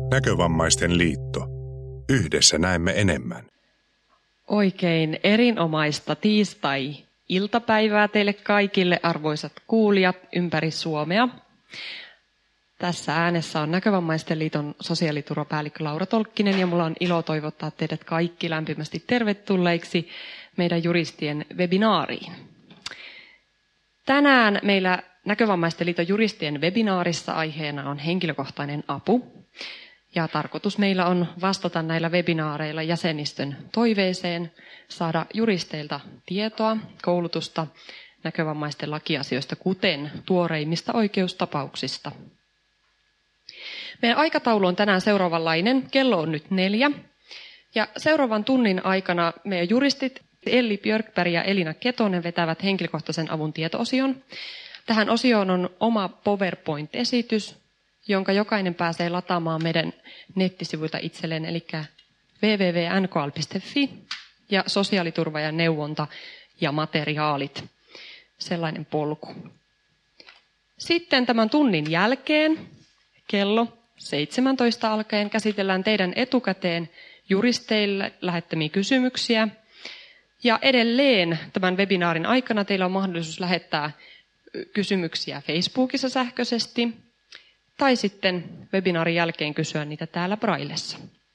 Näkövammaisten liitto. Yhdessä näemme enemmän. Oikein erinomaista tiistai-iltapäivää teille kaikille, arvoisat kuulijat ympäri Suomea. Tässä äänessä on Näkövammaisten liiton sosiaaliturvapäällikkö Laura Tolkkinen ja minulla on ilo toivottaa teidät kaikki lämpimästi tervetulleiksi meidän juristien webinaariin. Tänään meillä Näkövammaisten liiton juristien webinaarissa aiheena on henkilökohtainen apu. Ja tarkoitus meillä on vastata näillä webinaareilla jäsenistön toiveeseen, saada juristeilta tietoa, koulutusta näkövammaisten lakiasioista, kuten tuoreimmista oikeustapauksista. Meidän aikataulu on tänään seuraavanlainen. Kello on nyt 4. Ja seuraavan tunnin aikana meidän juristit Elli Björkberg ja Elina Ketonen vetävät henkilökohtaisen avun tieto-osion. Tähän osioon on oma PowerPoint-esitys, jonka jokainen pääsee lataamaan meidän nettisivuilta itselleen, eli www.nkal.fi ja sosiaaliturva ja neuvonta ja materiaalit. Sellainen polku. Sitten tämän tunnin jälkeen kello 17 alkaen käsitellään teidän etukäteen juristeille lähettämiä kysymyksiä. Ja edelleen tämän webinaarin aikana teillä on mahdollisuus lähettää kysymyksiä Facebookissa sähköisesti tai sitten webinaarin jälkeen kysyä niitä täällä Braillessa.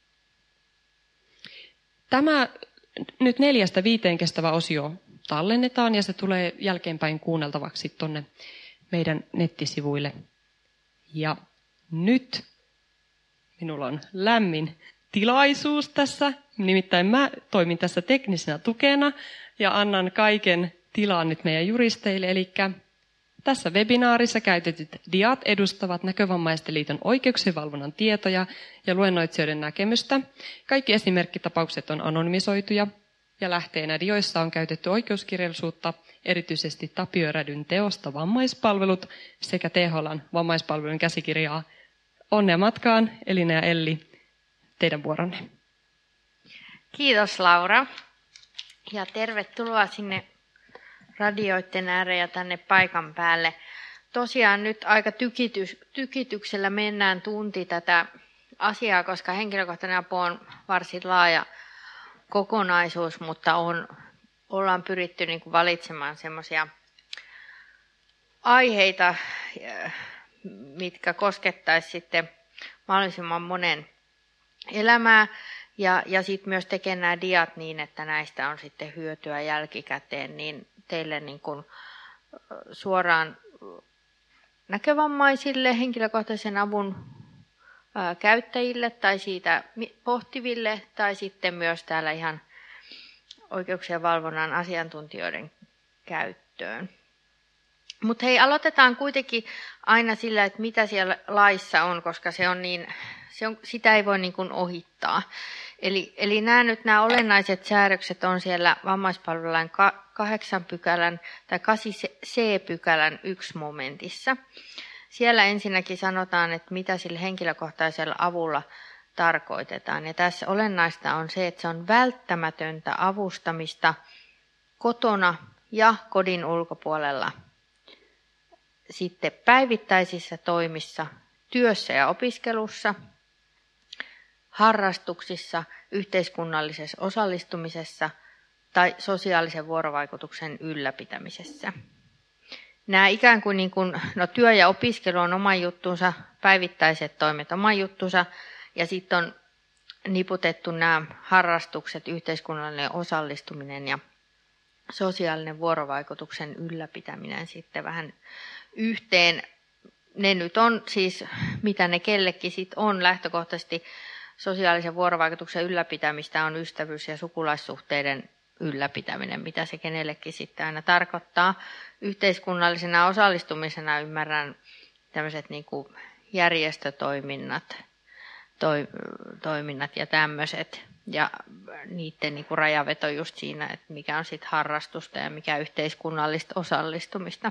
Tämä nyt 4-5 kestävä osio tallennetaan ja se tulee jälkeenpäin kuunneltavaksi tuonne meidän nettisivuille. Ja nyt minulla on lämmin tilaisuus tässä, nimittäin mä toimin tässä teknisenä tukena ja annan kaiken tilaan nyt meidän juristeille, eli tässä webinaarissa käytetyt diat edustavat Näkövammaisten liiton oikeuksien valvonnan tietoja ja luennoitsijoiden näkemystä. Kaikki esimerkkitapaukset on anonymisoituja ja lähteenä dioissa on käytetty oikeuskirjallisuutta, erityisesti Tapio Rädyn teosta Vammaispalvelut sekä THL:n vammaispalvelujen käsikirjaa. Onnea matkaan, Elina ja Elli, teidän vuoronne. Kiitos Laura ja tervetuloa sinne radioiden ääreen ja tänne paikan päälle. Tosiaan nyt aika tykityksellä mennään tunti tätä asiaa, koska henkilökohtainen apu on varsin laaja kokonaisuus, mutta ollaan pyritty niin kuin valitsemaan semmoisia aiheita, mitkä koskettaisi sitten mahdollisimman monen elämää. Ja sitten myös tekee nämä diat niin, että näistä on sitten hyötyä jälkikäteen, niin teille niin kuin suoraan näkövammaisille, henkilökohtaisen avun käyttäjille tai siitä pohtiville, tai sitten myös täällä ihan oikeuksien valvonnan asiantuntijoiden käyttöön. Mutta hei, aloitetaan kuitenkin aina sillä, että mitä siellä laissa on, koska sitä ei voi niin kuin ohittaa. Eli nämä olennaiset säädökset on siellä vammaispalvelulain 8 pykälän tai 8c-pykälän 1 momentissa. Siellä ensinnäkin sanotaan, että mitä sillä henkilökohtaisella avulla tarkoitetaan. Ja tässä olennaista on se, että se on välttämätöntä avustamista kotona ja kodin ulkopuolella. Sitten päivittäisissä toimissa, työssä ja opiskelussa, harrastuksissa, yhteiskunnallisessa osallistumisessa tai sosiaalisen vuorovaikutuksen ylläpitämisessä. Nämä ikään kuin, työ ja opiskelu on oma juttunsa, päivittäiset toimet oma juttunsa ja sitten on niputettu nämä harrastukset, yhteiskunnallinen osallistuminen ja sosiaalinen vuorovaikutuksen ylläpitäminen sitten vähän yhteen. Ne nyt on siis, mitä ne kellekin sitten on lähtökohtaisesti. Sosiaalisen vuorovaikutuksen ylläpitämistä on ystävyys- ja sukulaissuhteiden ylläpitäminen, mitä se kenellekin sitten aina tarkoittaa. Yhteiskunnallisena osallistumisena ymmärrän tämmöiset niin kuin järjestötoiminnat toiminnat ja tämmöiset. Ja niiden niin kuin rajaveto just siinä, että mikä on sitten harrastusta ja mikä yhteiskunnallista osallistumista.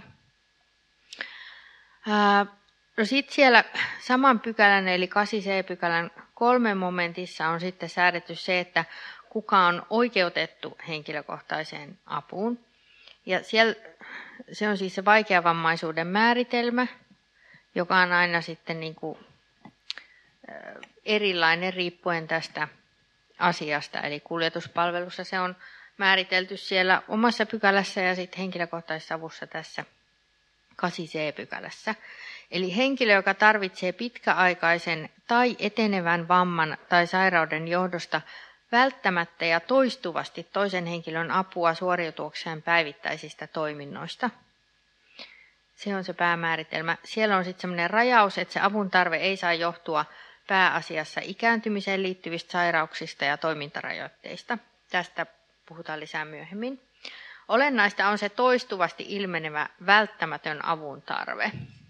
No sitten siellä saman pykälän eli 8c-pykälän 3 momentissa on sitten säädetty se, että kuka on oikeutettu henkilökohtaiseen apuun. Ja siellä, se on siis se vaikeavammaisuuden määritelmä, joka on aina sitten niin kuin erilainen riippuen tästä asiasta. Eli kuljetuspalvelussa se on määritelty siellä omassa pykälässä ja sitten henkilökohtaisessa avussa tässä 8c-pykälässä. Eli henkilö, joka tarvitsee pitkäaikaisen tai etenevän vamman tai sairauden johdosta välttämättä ja toistuvasti toisen henkilön apua suoriutuakseen päivittäisistä toiminnoista. Se on se päämääritelmä. Siellä on sitten sellainen rajaus, että se avun tarve ei saa johtua pääasiassa ikääntymiseen liittyvistä sairauksista ja toimintarajoitteista. Tästä puhutaan lisää myöhemmin. Olennaista on se toistuvasti ilmenevä välttämätön avun tarve.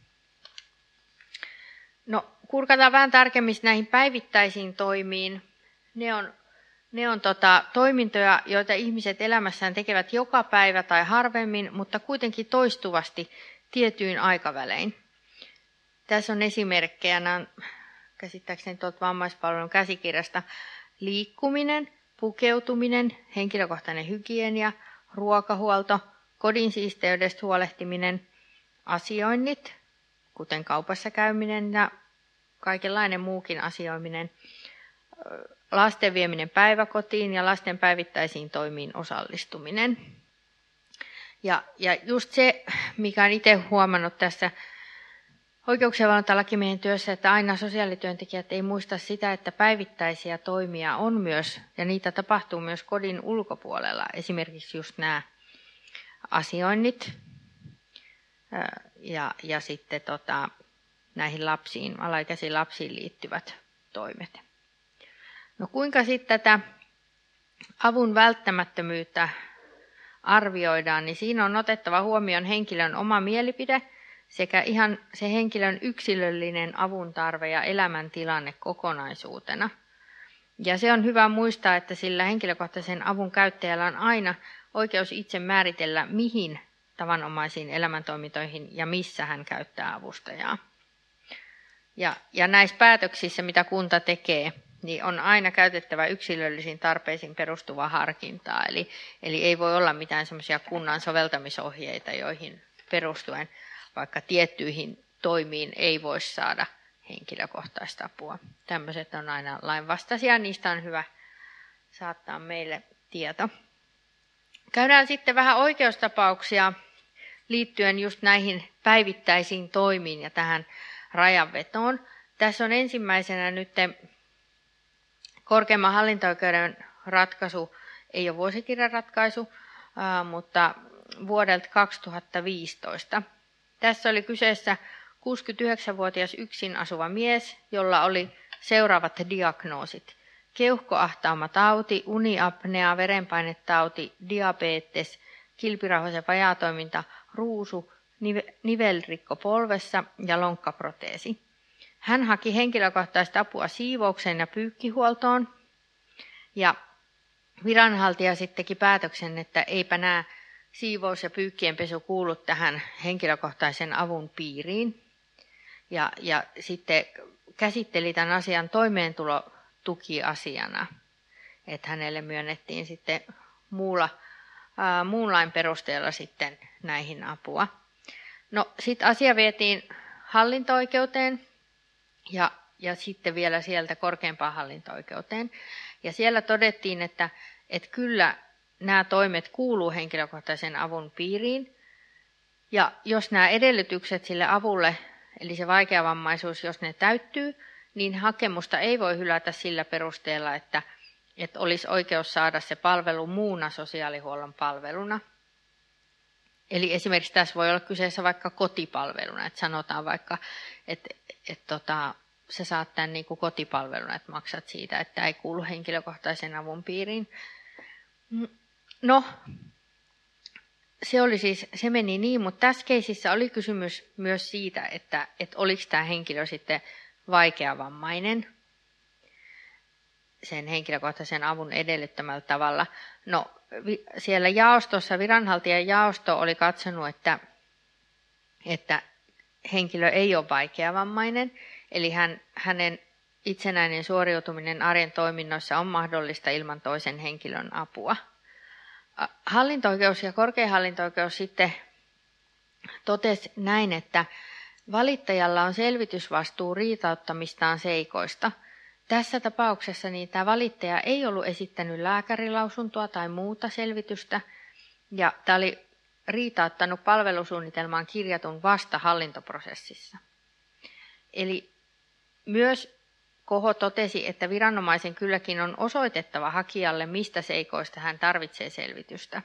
No, kurkataan vähän tarkemmin näihin päivittäisiin toimiin. Ne on toimintoja, joita ihmiset elämässään tekevät joka päivä tai harvemmin, mutta kuitenkin toistuvasti tietyin aikavälein. Tässä on esimerkkejä, nämä on käsittääkseni tuolta vammaispalvelun käsikirjasta: liikkuminen, pukeutuminen, henkilökohtainen hygienia, ruokahuolto, kodin siisteydestä huolehtiminen, asioinnit, kuten kaupassa käyminen ja kaikenlainen muukin asioiminen, lasten vieminen päiväkotiin ja lasten päivittäisiin toimiin osallistuminen. Ja just se, mikä olen itse huomannut tässä oikeuksien valvontalakimiehen työssä, että aina sosiaalityöntekijät ei muista sitä, että päivittäisiä toimia on myös, ja niitä tapahtuu myös kodin ulkopuolella. Esimerkiksi just nämä asioinnit ja sitten näihin lapsiin, alaikäisiin lapsiin liittyvät toimet. No kuinka sitten tätä avun välttämättömyyttä arvioidaan, niin siinä on otettava huomioon henkilön oma mielipide sekä ihan se henkilön yksilöllinen avun tarve ja elämäntilanne kokonaisuutena. Ja se on hyvä muistaa, että sillä henkilökohtaisen avun käyttäjällä on aina oikeus itse määritellä, mihin tavanomaisiin elämäntoimintoihin ja missä hän käyttää avustajaa. Ja näissä päätöksissä, mitä kunta tekee, niin on aina käytettävä yksilöllisiin tarpeisiin perustuvaa harkintaa. Eli ei voi olla mitään semmoisia kunnan soveltamisohjeita, joihin perustuen vaikka tiettyihin toimiin ei voi saada henkilökohtaista apua. Tämmöiset on aina lainvastaisia, niistä on hyvä saattaa meille tieto. Käydään sitten vähän oikeustapauksia liittyen just näihin päivittäisiin toimiin ja tähän rajanvetoon. Tässä on ensimmäisenä nyt korkeimman hallinto-oikeuden ratkaisu, ei ole vuosikirjan ratkaisu, mutta vuodelta 2015. Tässä oli kyseessä 69-vuotias yksin asuva mies, jolla oli seuraavat diagnoosit: keuhkoahtaumatauti, uniapnea, verenpainetauti, diabetes, kilpirauhasen vajaatoiminta, ruusu, nivelrikko polvessa ja lonkkaproteesi. Hän haki henkilökohtaista apua siivoukseen ja pyykkihuoltoon, ja viranhaltija sitten teki päätöksen, että eipä nämä siivous- ja pyykkienpesu kuulu tähän henkilökohtaisen avun piiriin. Ja sitten käsitteli tämän asian toimeentulotukiasiana, että hänelle myönnettiin sitten muun lain perusteella sitten näihin apua. No sitten asia vietiin hallinto-oikeuteen ja sitten vielä sieltä korkeimpaan hallinto-oikeuteen. Ja siellä todettiin, että kyllä nämä toimet kuuluu henkilökohtaisen avun piiriin. Ja jos nämä edellytykset sille avulle, eli se vaikeavammaisuus, jos ne täyttyy, niin hakemusta ei voi hylätä sillä perusteella, että olisi oikeus saada se palvelu muuna sosiaalihuollon palveluna. Eli esimerkiksi tässä voi olla kyseessä vaikka kotipalveluna, että sanotaan vaikka, että sä saat tämän niin kuin kotipalveluna, että maksat siitä, että ei kuulu henkilökohtaisen avun piiriin. No, se meni niin, mutta tässä keisissä oli kysymys myös siitä, että oliko tämä henkilö sitten vaikeavammainen sen henkilökohtaisen avun edellyttämällä tavalla. No, siellä jaostossa, viranhaltijan jaosto oli katsonut, että henkilö ei ole vaikeavammainen, eli hänen itsenäinen suoriutuminen arjen toiminnoissa on mahdollista ilman toisen henkilön apua. Hallinto-oikeus ja korkein hallinto-oikeus sitten totesi näin, että Valittajalla on selvitysvastuu riitauttamistaan seikoista. Tässä tapauksessa niin tämä valittaja ei ollut esittänyt lääkärilausuntoa tai muuta selvitystä, ja tämä oli riitauttanut palvelusuunnitelmaan kirjatun vasta hallintoprosessissa. Eli myös KOHO totesi, että viranomaisen kylläkin on osoitettava hakijalle, mistä seikoista hän tarvitsee selvitystä.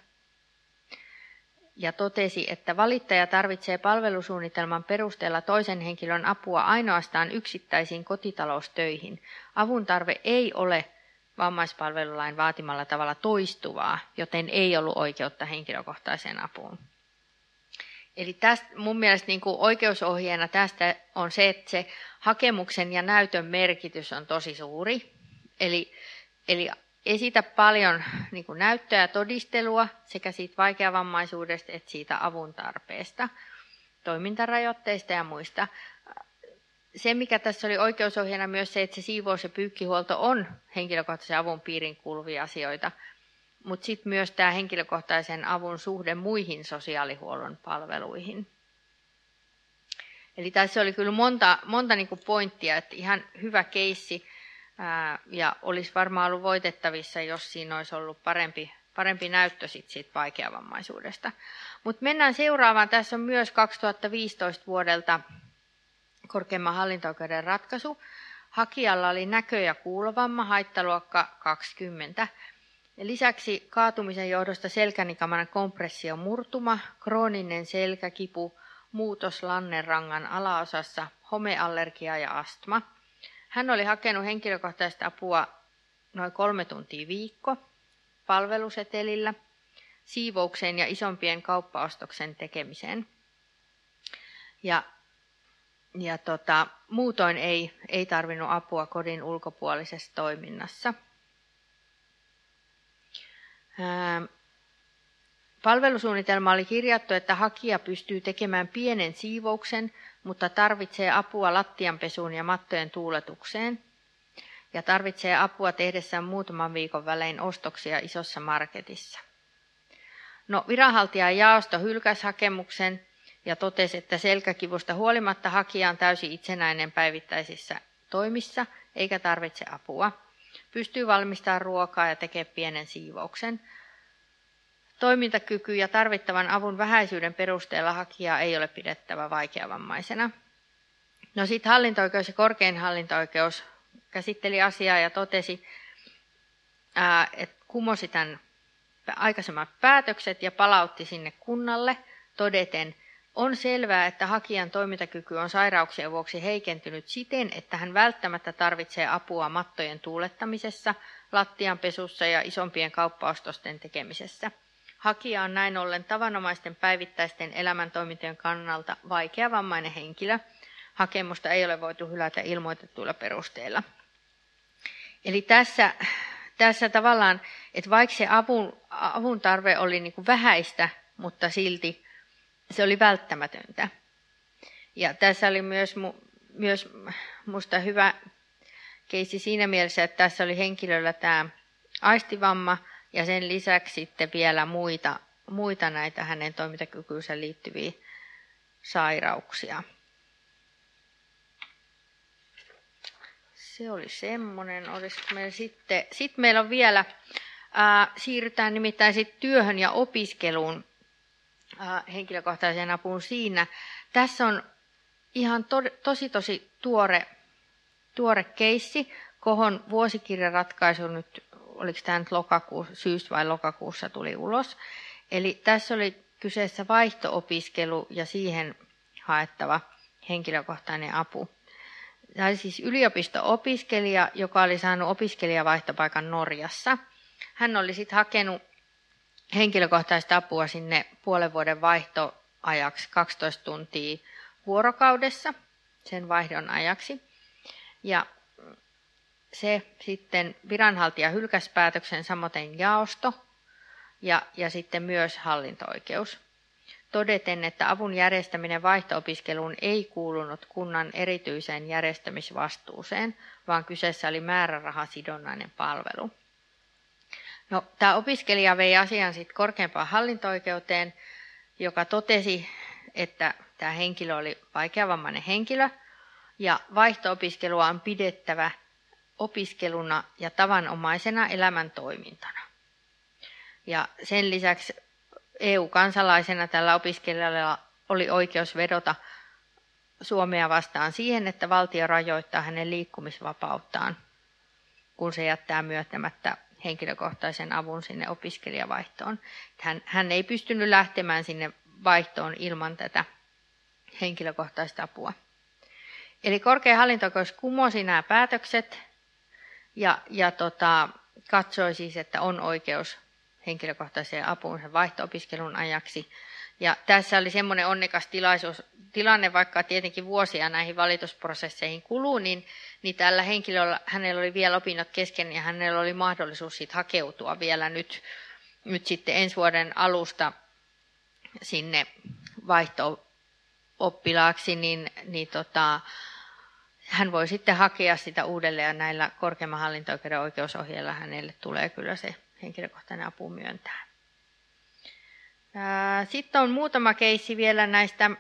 Ja totesi, että valittaja tarvitsee palvelusuunnitelman perusteella toisen henkilön apua ainoastaan yksittäisiin kotitaloustöihin. Avun tarve ei ole vammaispalvelulain vaatimalla tavalla toistuvaa, joten ei ollut oikeutta henkilökohtaiseen apuun. Eli tästä, mun mielestä niin kuin oikeusohjeena tästä on se, että se hakemuksen ja näytön merkitys on tosi suuri. Eli esitä paljon niin kuin näyttöä ja todistelua sekä siitä vaikeavammaisuudesta että siitä avun tarpeesta, toimintarajoitteista ja muista. Se, mikä tässä oli oikeusohjeena myös se, että se siivous- ja pyykkihuolto on henkilökohtaisen avun piirin kuuluvia asioita, mutta sitten myös tämä henkilökohtaisen avun suhde muihin sosiaalihuollon palveluihin. Eli tässä oli kyllä monta niin kuin pointtia, että ihan hyvä keissi ja olisi varmaan ollut voitettavissa, jos siinä olisi ollut parempi näyttö siitä vaikeavammaisuudesta. Mutta mennään seuraavaan. Tässä on myös 2015 vuodelta korkeimman hallinto-oikeuden ratkaisu. Hakijalla oli näkö- ja kuulovamma, haittaluokka 20. Ja lisäksi kaatumisen johdosta selkänikaman kompression murtuma, krooninen selkäkipu, muutos lannerangan alaosassa, homeallergia ja astma. Hän oli hakenut henkilökohtaista apua noin 3 tuntia viikko palvelusetelillä, siivoukseen ja isompien kauppaostoksen tekemiseen. Muutoin ei tarvinnut apua kodin ulkopuolisessa toiminnassa. Palvelusuunnitelma oli kirjattu, että hakija pystyy tekemään pienen siivouksen, mutta tarvitsee apua lattianpesuun ja mattojen tuuletukseen. Ja tarvitsee apua tehdessään muutaman viikon välein ostoksia isossa marketissa. No, viranhaltijan jaosto hylkäsi hakemuksen ja totesi, että selkäkivusta huolimatta hakija on täysin itsenäinen päivittäisissä toimissa eikä tarvitse apua. Pystyy valmistamaan ruokaa ja tekemään pienen siivouksen. Toimintakyky ja tarvittavan avun vähäisyyden perusteella hakijaa ei ole pidettävä vaikeavammaisena. No sitten hallinto-oikeus ja korkein hallinto-oikeus käsitteli asiaa ja totesi, että kumosi tämän aikaisemmat päätökset ja palautti sinne kunnalle todeten, on selvää, että hakijan toimintakyky on sairauksien vuoksi heikentynyt siten, että hän välttämättä tarvitsee apua mattojen tuulettamisessa, lattianpesussa ja isompien kauppaostosten tekemisessä. Hakija on näin ollen tavanomaisten päivittäisten elämäntoimintojen kannalta vaikeavammainen henkilö. Hakemusta ei ole voitu hylätä ilmoitettuilla perusteilla. Eli tässä tavallaan, että vaikka se avun tarve oli niin kuin vähäistä, mutta silti se oli välttämätöntä. Ja tässä oli myös musta hyvä keissi siinä mielessä, että tässä oli henkilöllä tämä aistivamma ja sen lisäksi sitten vielä muita näitä hänen toimintakykyynsä liittyviä sairauksia. Se oli semmoinen. Olisiko meillä sitten meillä on vielä, siirrytään nimittäin sitten työhön ja opiskeluun henkilökohtaiseen apuun siinä. Tässä on ihan tosi tuore keissi. KOHOn vuosikirjaratkaisu nyt, oliko tämä nyt syys- vai lokakuussa tuli ulos. Eli tässä oli kyseessä vaihto-opiskelu ja siihen haettava henkilökohtainen apu. Tämä oli siis yliopisto-opiskelija, joka oli saanut opiskelijavaihtopaikan Norjassa. Hän oli sitten hakenut henkilökohtaista apua sinne puolen vuoden vaihtoajaksi 12 tuntia vuorokaudessa sen vaihdon ajaksi. Ja se sitten viranhaltija hylkäsi päätöksen, samoin jaosto ja sitten myös hallinto-oikeus. Todeten, että avun järjestäminen vaihto-opiskeluun ei kuulunut kunnan erityiseen järjestämisvastuuseen, vaan kyseessä oli määrärahasidonnainen palvelu. No, tämä opiskelija vei asian sitten korkeimpaan hallinto-oikeuteen, joka totesi, että tämä henkilö oli vaikeavammainen henkilö ja vaihto-opiskelua on pidettävä opiskeluna ja tavanomaisena elämäntoimintana. Ja sen lisäksi EU-kansalaisena tällä opiskelijalla oli oikeus vedota Suomea vastaan siihen, että valtio rajoittaa hänen liikkumisvapauttaan, kun se jättää myöntämättä henkilökohtaisen avun sinne opiskelijavaihtoon. Hän ei pystynyt lähtemään sinne vaihtoon ilman tätä henkilökohtaista apua. Eli korkein hallinto-oikeus kumosi nämä päätökset ja katsoi siis, että on oikeus henkilökohtaiseen apuun sen vaihto-opiskelun ajaksi. Ja tässä oli semmoinen onnekas tilanne, vaikka tietenkin vuosia näihin valitusprosesseihin kuluu, niin tällä henkilöllä, hänellä oli vielä opinnot kesken ja hänellä oli mahdollisuus sit hakeutua vielä nyt sitten ensi vuoden alusta sinne vaihto-oppilaaksi, niin hän voi sitten hakea sitä uudelleen ja näillä korkeimman hallinto-oikeuden oikeusohjeilla hänelle tulee kyllä se henkilökohtainen apu myöntää. Sitten on muutama keissi vielä näistä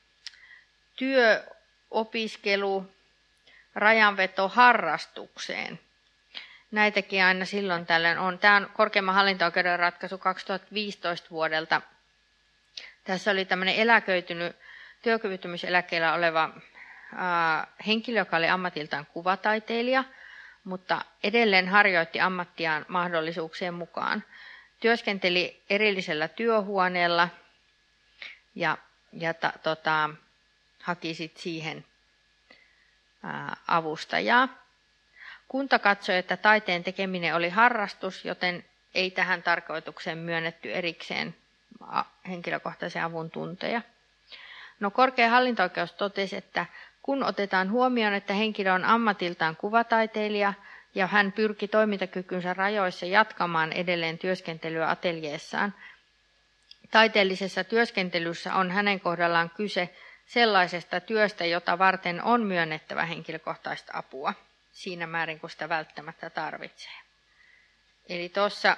työopiskelu rajanvetoharrastukseen. Näitäkin aina silloin tällöin on. Tämä on korkeimman hallinto-oikeuden ratkaisu 2015 vuodelta. Tässä oli tämmöinen eläköitynyt työkyvyttömyyseläkkeellä oleva henkilö, joka oli ammatiltaan kuvataiteilija, mutta edelleen harjoitti ammattiaan mahdollisuuksien mukaan. Työskenteli erillisellä työhuoneella ja haki sitten siihen avustajaa. Kunta katsoi, että taiteen tekeminen oli harrastus, joten ei tähän tarkoitukseen myönnetty erikseen henkilökohtaisen avun tunteja. No, korkein hallinto-oikeus totesi, että kun otetaan huomioon, että henkilö on ammatiltaan kuvataiteilija ja hän pyrki toimintakykynsä rajoissa jatkamaan edelleen työskentelyä ateljeessaan, taiteellisessa työskentelyssä on hänen kohdallaan kyse sellaisesta työstä, jota varten on myönnettävä henkilökohtaista apua siinä määrin, kun sitä välttämättä tarvitsee. Eli tuossa,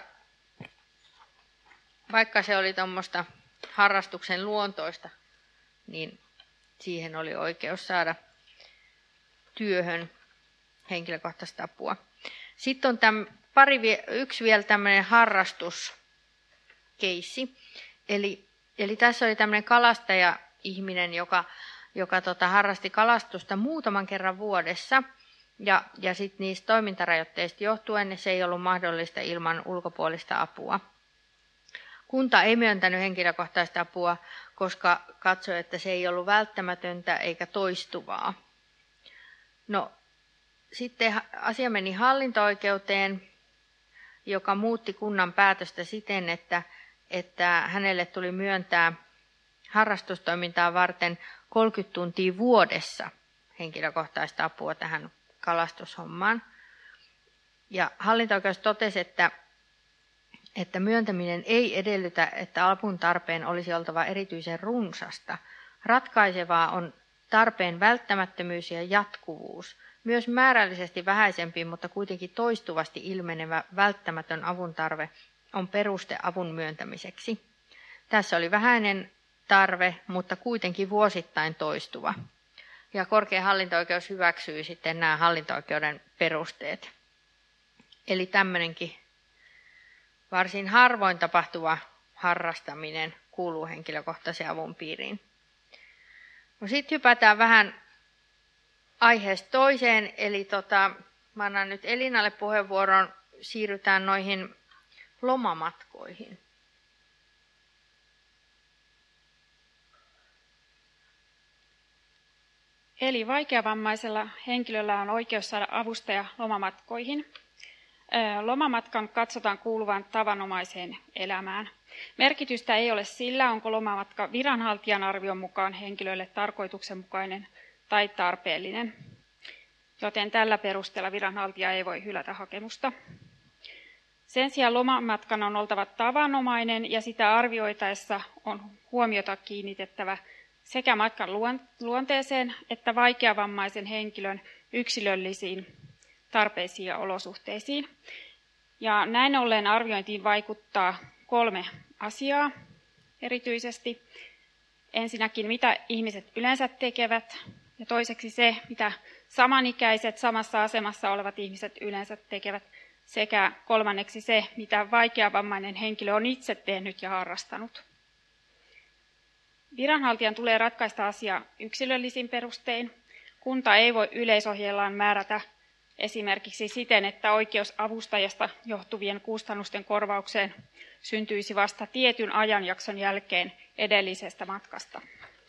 vaikka se oli tuommoista harrastuksen luontoista, niin siihen oli oikeus saada työhön henkilökohtaista apua. Sitten on yksi vielä tämmöinen harrastuskeissi. Eli tässä oli tämmöinen kalastaja-ihminen, joka harrasti kalastusta muutaman kerran vuodessa. Ja sitten niistä toimintarajoitteista johtuen se ei ollut mahdollista ilman ulkopuolista apua. Kunta ei myöntänyt henkilökohtaista apua, koska katsoi, että se ei ollut välttämätöntä eikä toistuvaa. No, sitten asia meni hallinto-oikeuteen, joka muutti kunnan päätöstä siten, että hänelle tuli myöntää harrastustoimintaa varten 30 tuntia vuodessa henkilökohtaista apua tähän kalastushommaan. Ja hallinto-oikeus totesi, että myöntäminen ei edellytä, että avun tarpeen olisi oltava erityisen runsasta. Ratkaisevaa on tarpeen välttämättömyys ja jatkuvuus. Myös määrällisesti vähäisempi, mutta kuitenkin toistuvasti ilmenevä välttämätön avun tarve on peruste avun myöntämiseksi. Tässä oli vähäinen tarve, mutta kuitenkin vuosittain toistuva. Ja korkein hallinto-oikeus hyväksyy sitten nämä hallinto-oikeuden perusteet. Eli tämmöinenkin varsin harvoin tapahtuva harrastaminen kuuluu henkilökohtaisen avun piiriin. No, sitten hypätään vähän aiheesta toiseen, eli mä annan nyt Elinalle puheenvuoron, siirrytään noihin lomamatkoihin. Eli vaikeavammaisella henkilöllä on oikeus saada avustaja lomamatkoihin. Lomamatkan katsotaan kuuluvan tavanomaiseen elämään. Merkitystä ei ole sillä, onko lomamatka viranhaltijan arvion mukaan henkilölle tarkoituksenmukainen tai tarpeellinen, joten tällä perusteella viranhaltija ei voi hylätä hakemusta. Sen sijaan lomamatkan on oltava tavanomainen ja sitä arvioitaessa on huomiota kiinnitettävä sekä matkan luonteeseen että vaikeavammaisen henkilön yksilöllisiin tarpeisiin ja olosuhteisiin. Ja näin ollen arviointiin vaikuttaa 3 asiaa erityisesti. Ensinnäkin, mitä ihmiset yleensä tekevät, ja toiseksi se, mitä samanikäiset, samassa asemassa olevat ihmiset yleensä tekevät, sekä kolmanneksi se, mitä vaikeavammainen henkilö on itse tehnyt ja harrastanut. Viranhaltijan tulee ratkaista asia yksilöllisin perustein. Kunta ei voi yleisohjeellaan määrätä esimerkiksi siten, että oikeus avustajasta johtuvien kustannusten korvaukseen syntyisi vasta tietyn ajanjakson jälkeen edellisestä matkasta.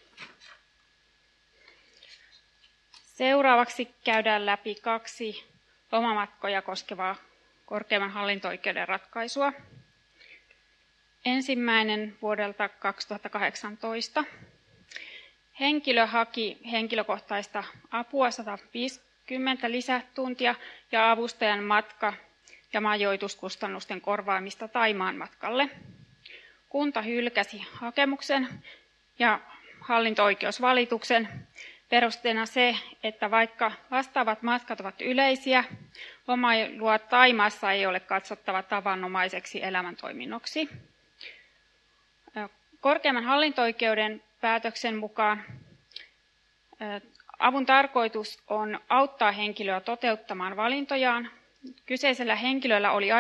Seuraavaksi käydään läpi 2 lomamatkoja koskevaa korkeimman hallinto-oikeuden ratkaisua. Ensimmäinen vuodelta 2018. Henkilö haki henkilökohtaista apua 150 lisätuntia ja avustajan matka- ja majoituskustannusten korvaamista Thaimaan matkalle. Kunta hylkäsi hakemuksen ja hallinto-oikeusvalituksen perusteena se, että vaikka vastaavat matkat ovat yleisiä, lomailua Thaimaassa ei ole katsottava tavanomaiseksi elämäntoiminnoksi. Korkeimman hallinto-oikeuden päätöksen mukaan avun tarkoitus on auttaa henkilöä toteuttamaan valintojaan. Kyseisellä henkilöllä oli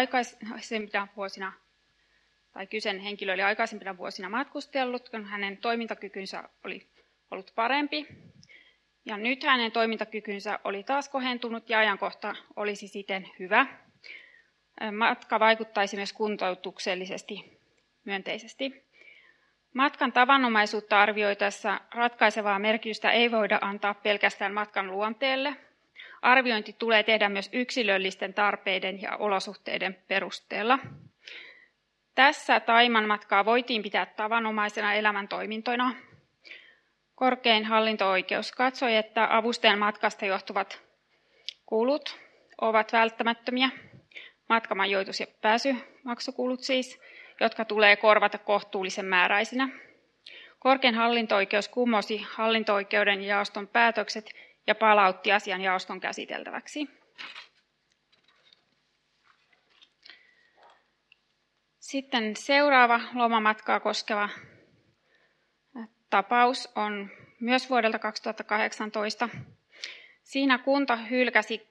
kyseinen henkilö oli aikaisempina vuosina matkustellut, kun hänen toimintakykynsä oli ollut parempi. Ja nyt hänen toimintakykynsä oli taas kohentunut ja ajankohta olisi siten hyvä. Matka vaikuttaisi myös kuntoutuksellisesti myönteisesti. Matkan tavanomaisuutta arvioitaessa ratkaisevaa merkitystä ei voida antaa pelkästään matkan luonteelle. Arviointi tulee tehdä myös yksilöllisten tarpeiden ja olosuhteiden perusteella. Tässä Thaimaan matkaa voitiin pitää tavanomaisena elämäntoimintoina. Korkein hallinto-oikeus katsoi, että avustajan matkasta johtuvat kulut ovat välttämättömiä, matkamajoitus- ja pääsymaksukulut siis, jotka tulee korvata kohtuullisen määräisinä. Korkein hallinto-oikeus kumosi hallinto-oikeuden jaoston päätökset ja palautti asian jaoston käsiteltäväksi. Sitten seuraava lomamatkaa koskeva tapaus on myös vuodelta 2018. Siinä kunta hylkäsi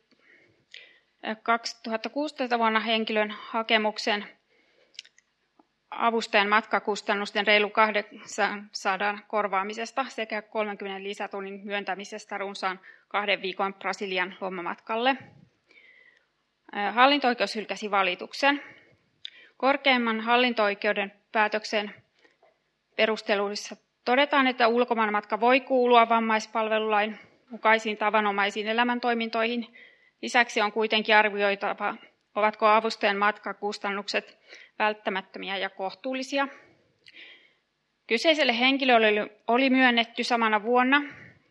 2016 vuonna henkilön hakemuksen avustajan matkakustannusten reilu 800 korvaamisesta sekä 30 lisätunnin myöntämisestä runsaan 2 viikon Brasilian lomamatkalle. Hallinto-oikeus hylkäsi valituksen. Korkeimman hallinto-oikeuden päätöksen perusteluissa todetaan, että ulkomaanmatka voi kuulua vammaispalvelulain mukaisiin tavanomaisiin elämäntoimintoihin. Lisäksi on kuitenkin arvioitava, ovatko avustajan matkakustannukset välttämättömiä ja kohtuullisia. Kyseiselle henkilölle oli myönnetty samana vuonna,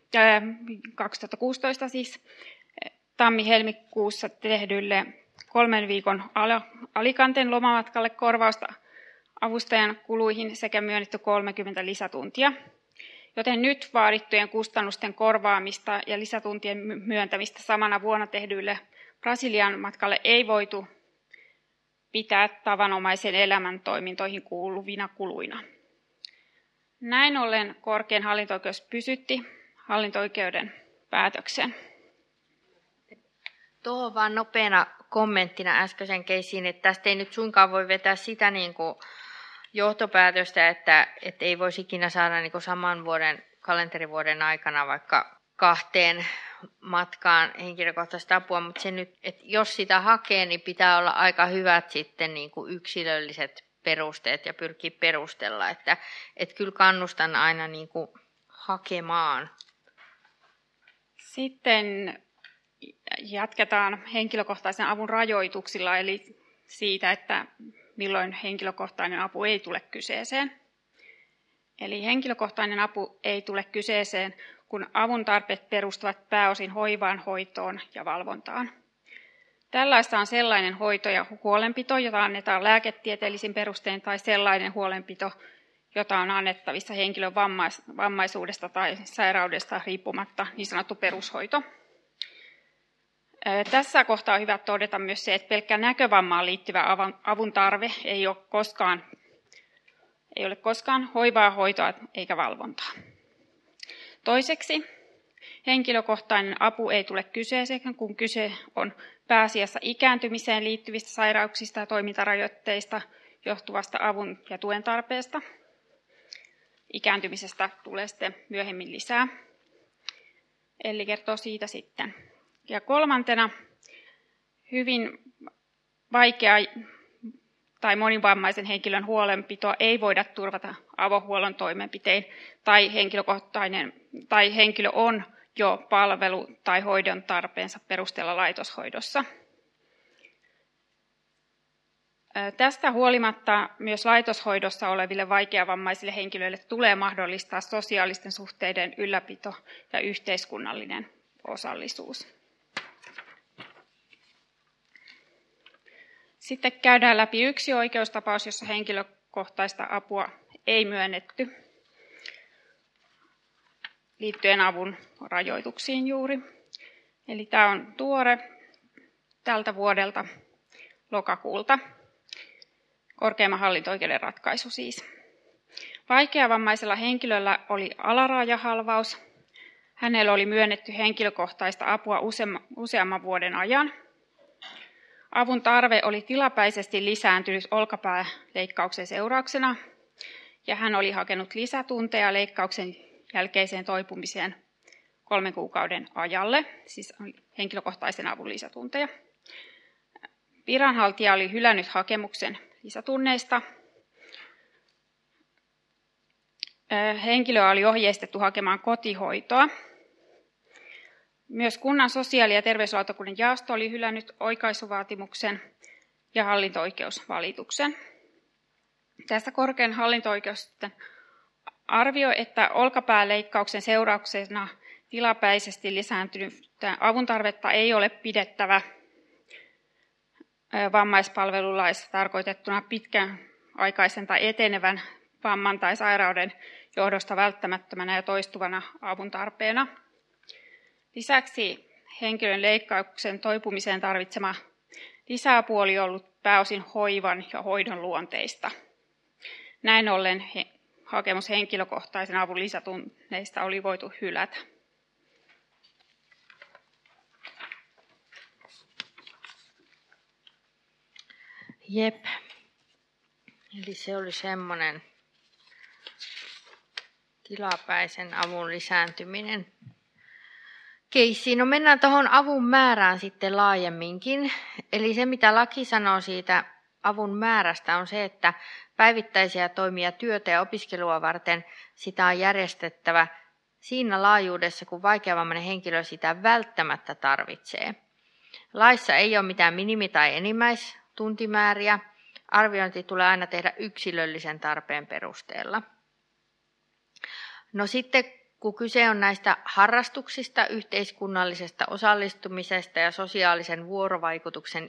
2016 siis, tammi-helmikuussa tehdylle 3 viikon Alicanten lomamatkalle korvausta avustajan kuluihin sekä myönnetty 30 lisätuntia. Joten nyt vaadittujen kustannusten korvaamista ja lisätuntien myöntämistä samana vuonna tehdyille Brasilian matkalle ei voitu pitää tavanomaisen elämäntoimintoihin kuuluvina kuluina. Näin ollen korkein hallinto-oikeus pysytti hallinto-oikeuden päätöksen. Tuohon vaan nopeana kommenttina äskeisen keissiin, että tästä ei nyt suinkaan voi vetää sitä niin kuin johtopäätöstä, että ei voisi ikinä saada niin kuin saman vuoden kalenterivuoden aikana vaikka 2 matkaan henkilökohtaista apua, mutta se nyt, että jos sitä hakee, niin pitää olla aika hyvät sitten niin kuin yksilölliset perusteet ja pyrkiä perustella, että kyllä kannustan aina niin kuin hakemaan. Sitten jatketaan henkilökohtaisen avun rajoituksilla, eli siitä, että milloin henkilökohtainen apu ei tule kyseeseen. Eli henkilökohtainen apu ei tule kyseeseen, kun avun tarpeet perustuvat pääosin hoivaan, hoitoon ja valvontaan. Tällaista on sellainen hoito ja huolenpito, jota annetaan lääketieteellisin perustein, tai sellainen huolenpito, jota on annettavissa henkilön vammaisuudesta tai sairaudesta riippumatta, niin sanottu perushoito. Tässä kohtaa on hyvä todeta myös se, että pelkkä näkövammaan liittyvä avun tarve ei ole koskaan Ei ole koskaan hoivaa, hoitoa eikä valvontaa. Toiseksi, henkilökohtainen apu ei tule kyseeseen, kun kyse on pääasiassa ikääntymiseen liittyvistä sairauksista ja toimintarajoitteista johtuvasta avun ja tuen tarpeesta. Ikääntymisestä tulee sitten myöhemmin lisää. Eli kertoo siitä sitten. Ja kolmantena, hyvin vaikea tai monivammaisen henkilön huolenpitoa ei voida turvata avohuollon toimenpitein tai henkilö on jo palvelu- tai hoidon tarpeensa perusteella laitoshoidossa. Tästä huolimatta myös laitoshoidossa oleville vaikeavammaisille henkilöille tulee mahdollistaa sosiaalisten suhteiden ylläpito ja yhteiskunnallinen osallisuus. Sitten käydään läpi yksi oikeustapaus, jossa henkilökohtaista apua ei myönnetty liittyen avun rajoituksiin juuri. Eli tämä on tuore tältä vuodelta lokakuulta. Korkeimman hallinto-oikeuden ratkaisu siis. Vaikeavammaisella henkilöllä oli alarajahalvaus. Hänelle oli myönnetty henkilökohtaista apua useamman vuoden ajan. Avun tarve oli tilapäisesti lisääntynyt olkapääleikkauksen seurauksena, ja hän oli hakenut lisätunteja leikkauksen jälkeiseen toipumiseen 3 kuukauden ajalle, siis henkilökohtaisen avun lisätunteja. Viranhaltija oli hylännyt hakemuksen lisätunneista. Henkilöä oli ohjeistettu hakemaan kotihoitoa. Myös kunnan sosiaali- ja terveyslautakunnan jaosto oli hylännyt oikaisuvaatimuksen ja hallinto-oikeusvalituksen. Tästä korkein hallinto-oikeus arvioi, että olkapääleikkauksen seurauksena tilapäisesti lisääntynyttä avun tarvetta ei ole pidettävä vammaispalvelulaissa tarkoitettuna pitkäaikaisen tai etenevän vamman tai sairauden johdosta välttämättömänä ja toistuvana avun tarpeena. Lisäksi henkilön leikkauksen toipumiseen tarvitsema lisäapu oli ollut pääosin hoivan ja hoidon luonteista. Näin ollen hakemus henkilökohtaisen avun lisätunneista oli voitu hylätä. Jep. Eli se oli semmoinen tilapäisen avun lisääntyminen keissi. No mennään tuohon avun määrään sitten laajemminkin. Eli se, mitä laki sanoo siitä avun määrästä, on se, että päivittäisiä toimia työtä ja opiskelua varten sitä on järjestettävä siinä laajuudessa, kun vaikeavammainen henkilö sitä välttämättä tarvitsee. Laissa ei ole mitään minimi- tai enimmäistuntimääriä. Arviointi tulee aina tehdä yksilöllisen tarpeen perusteella. No sitten, kun kyse on näistä harrastuksista, yhteiskunnallisesta osallistumisesta ja sosiaalisen vuorovaikutuksen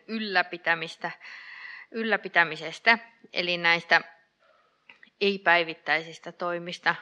ylläpitämisestä, eli näistä ei-päivittäisistä toimista,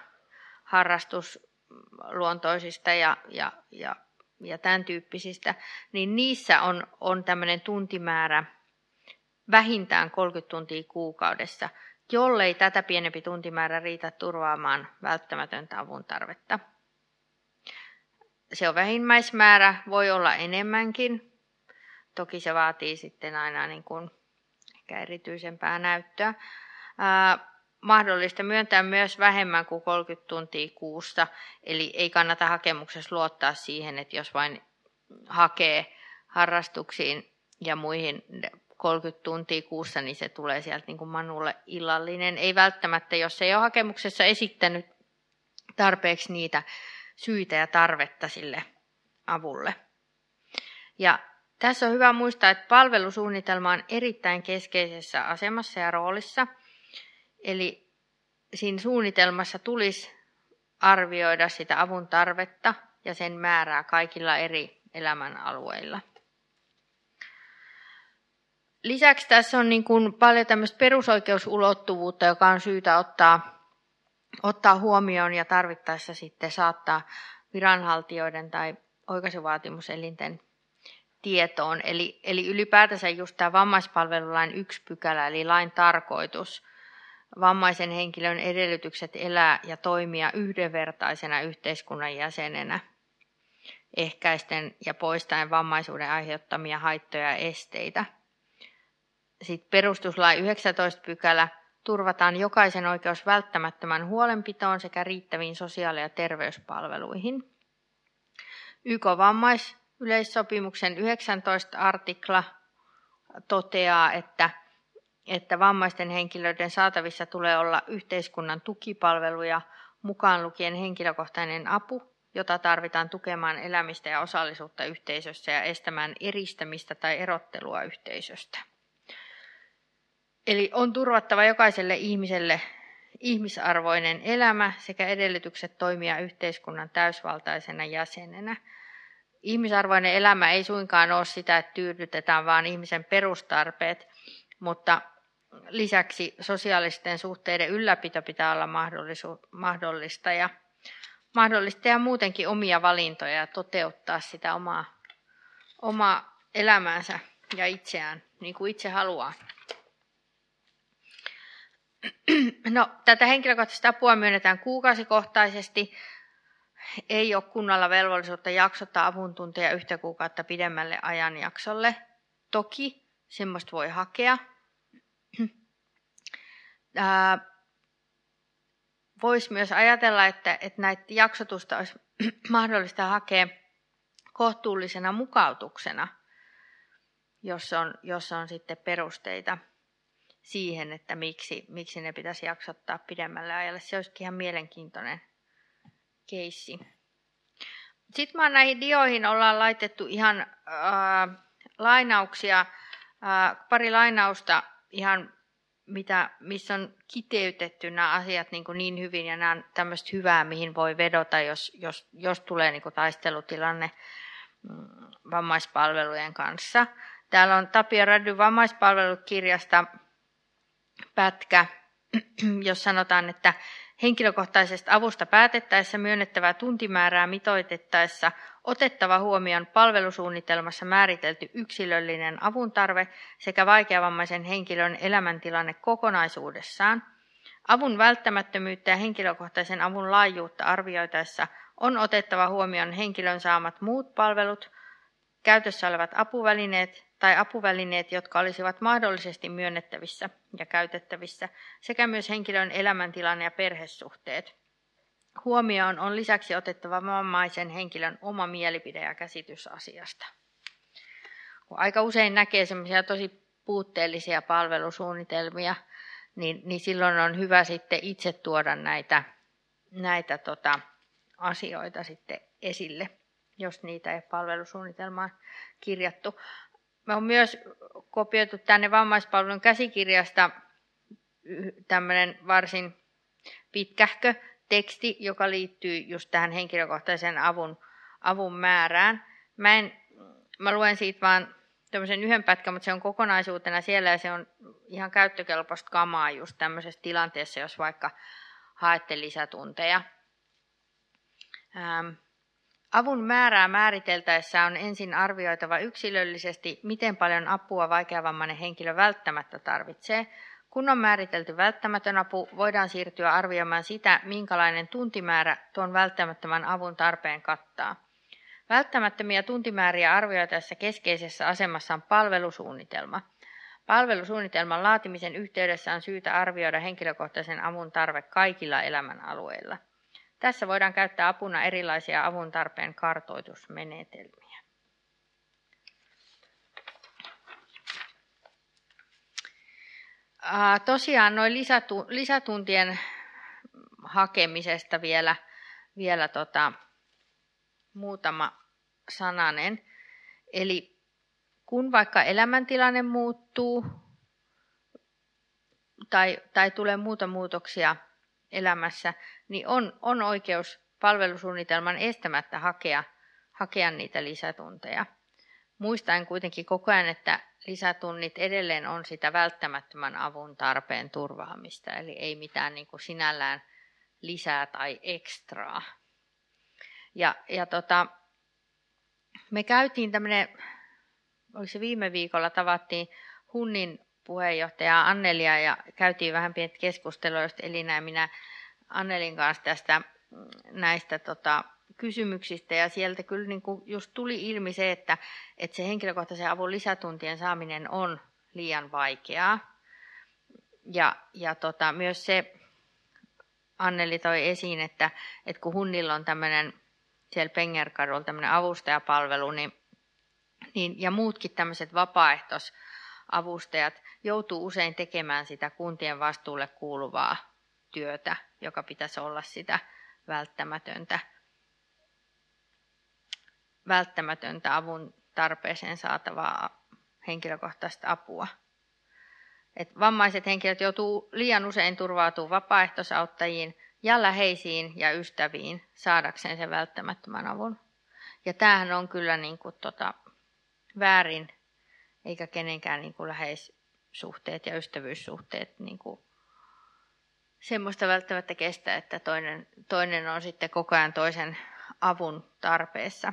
harrastusluontoisista ja tämän tyyppisistä, niin niissä on tämmöinen tuntimäärä vähintään 30 tuntia kuukaudessa, jollei tätä pienempi tuntimäärä riitä turvaamaan välttämätöntä avun tarvetta. Se on vähimmäismäärä, voi olla enemmänkin. Toki se vaatii sitten aina niin kuin ehkä erityisempää näyttöä. Mahdollista myöntää myös vähemmän kuin 30 tuntia kuussa, eli ei kannata hakemuksessa luottaa siihen, että jos vain hakee harrastuksiin ja muihin 30 tuntia kuussa, niin se tulee sieltä niin kuin Manulle illallinen. Ei välttämättä, jos ei ole hakemuksessa esittänyt tarpeeksi niitä syitä ja tarvetta sille avulle. Ja tässä on hyvä muistaa, että palvelusuunnitelma on erittäin keskeisessä asemassa ja roolissa. Eli siinä suunnitelmassa tulisi arvioida sitä avun tarvetta ja sen määrää kaikilla eri elämänalueilla. Lisäksi tässä on niin kuin paljon tämmöistä perusoikeusulottuvuutta, joka on syytä ottaa huomioon ja tarvittaessa sitten saattaa viranhaltijoiden tai oikaisuvaatimuselinten tietoon. Eli ylipäätänsä just tämä vammaispalvelulain 1 pykälä, eli lain tarkoitus, vammaisen henkilön edellytykset elää ja toimia yhdenvertaisena yhteiskunnan jäsenenä, ehkäisten ja poistaen vammaisuuden aiheuttamia haittoja ja esteitä. Sitten perustuslain 19 pykälä turvataan jokaisen oikeus välttämättömän huolenpitoon sekä riittäviin sosiaali- ja terveyspalveluihin. YK-vammaisyleissopimuksen 19 artikla toteaa, että vammaisten henkilöiden saatavissa tulee olla yhteiskunnan tukipalveluja, mukaan lukien henkilökohtainen apu, jota tarvitaan tukemaan elämistä ja osallisuutta yhteisössä ja estämään eristämistä tai erottelua yhteisöstä. Eli on turvattava jokaiselle ihmiselle ihmisarvoinen elämä sekä edellytykset toimia yhteiskunnan täysvaltaisena jäsenenä. Ihmisarvoinen elämä ei suinkaan ole sitä, että tyydytetään vaan ihmisen perustarpeet, mutta lisäksi sosiaalisten suhteiden ylläpito pitää olla mahdollista ja muutenkin omia valintoja ja toteuttaa sitä omaa elämäänsä ja itseään niin kuin itse haluaa. No, tätä henkilökohtaista apua myönnetään kuukausikohtaisesti. Ei ole kunnalla velvollisuutta jaksottaa avuntunteja yhtä kuukautta pidemmälle ajanjaksolle. Toki semmoista voi hakea. Voisi myös ajatella, että näitä jaksotusta olisi mahdollista hakea kohtuullisena mukautuksena, jos on sitten perusteita siihen, että miksi ne pitäisi jaksottaa pidemmälle ajalle. Se olisikin ihan mielenkiintoinen keissi. Sitten näihin dioihin ollaan laitettu ihan lainauksia, pari lainausta ihan missä on kiteytetty nämä asiat niin hyvin ja nämä on tämmöistä hyvää, mihin voi vedota, jos tulee niin kuin taistelutilanne vammaispalvelujen kanssa. Täällä on Tapio Rädyn vammaispalvelukirjasta pätkä, jos sanotaan, että henkilökohtaisesta avusta päätettäessä myönnettävää tuntimäärää mitoitettaessa otettava huomioon palvelusuunnitelmassa määritelty yksilöllinen avuntarve sekä vaikeavammaisen henkilön elämäntilanne kokonaisuudessaan. Avun välttämättömyyttä ja henkilökohtaisen avun laajuutta arvioitaessa on otettava huomioon henkilön saamat muut palvelut, käytössä olevat apuvälineet tai apuvälineet, jotka olisivat mahdollisesti myönnettävissä ja käytettävissä, sekä myös henkilön elämäntilanne ja perhesuhteet. Huomioon on lisäksi otettava vammaisen henkilön oma mielipide ja käsitys asiasta. Kun aika usein näkee semmoisia tosi puutteellisia palvelusuunnitelmia, niin silloin on hyvä sitten itse tuoda näitä asioita sitten esille, jos niitä ei palvelusuunnitelmaan kirjattu. Me on myös kopioitu tänne vammaispalvelun käsikirjasta tämmöinen varsin pitkähkö teksti, joka liittyy just tähän henkilökohtaisen avun määrään. Mä luen siitä vaan tämmöisen yhden pätkän, mutta se on kokonaisuutena siellä ja se on ihan käyttökelpoista kamaa just tämmöisessä tilanteessa, jos vaikka haette lisätunteja. Avun määrää määriteltäessä on ensin arvioitava yksilöllisesti, miten paljon apua vaikeavammainen henkilö välttämättä tarvitsee. Kun on määritelty välttämätön apu, voidaan siirtyä arvioimaan sitä, minkälainen tuntimäärä tuon välttämättömän avun tarpeen kattaa. Välttämättömiä tuntimääriä arvioitaessa keskeisessä asemassa on palvelusuunnitelma. Palvelusuunnitelman laatimisen yhteydessä on syytä arvioida henkilökohtaisen avun tarve kaikilla elämänalueilla. Tässä voidaan käyttää apuna erilaisia avun tarpeen kartoitusmenetelmiä. Tosiaan noin lisätuntien hakemisesta vielä muutama sananen. Eli kun vaikka elämäntilanne muuttuu tai tulee muuta muutoksia elämässä, niin on oikeus palvelusuunnitelman estämättä hakea niitä lisätunteja. Muistaen kuitenkin koko ajan, että lisätunnit edelleen on sitä välttämättömän avun tarpeen turvaamista, eli ei mitään niin kuin sinällään lisää tai ekstraa. Me käytiin tämmöinen, oliko se viime viikolla, tavattiin Hunnin puheenjohtajaa Annelia ja käytiin vähän pientä keskustelua just Elina ja minä Annelin kanssa tästä näistä kysymyksistä ja sieltä kyllä niin kuin just tuli ilmi se, että se henkilökohtaisen avun lisätuntien saaminen on liian vaikeaa. Ja myös se Anneli toi esiin, että kun Hunnilla on tämmöinen siellä Pengerkadulla tämmöinen avustajapalvelu, niin, ja muutkin tämmöiset vapaaehtoisavustajat joutuu usein tekemään sitä kuntien vastuulle kuuluvaa työtä, joka pitäisi olla sitä välttämätöntä avun tarpeeseen saatavaa henkilökohtaista apua. Et vammaiset henkilöt joutuu liian usein turvautumaan vapaaehtoisauttajiin ja läheisiin ja ystäviin saadakseen sen välttämättömän avun. Ja tämähän on kyllä niin kuin väärin, eikä kenenkään niin kuin läheissuhteet ja ystävyyssuhteet niin kuin semmoista välttämättä kestä, että toinen on sitten koko ajan toisen avun tarpeessa.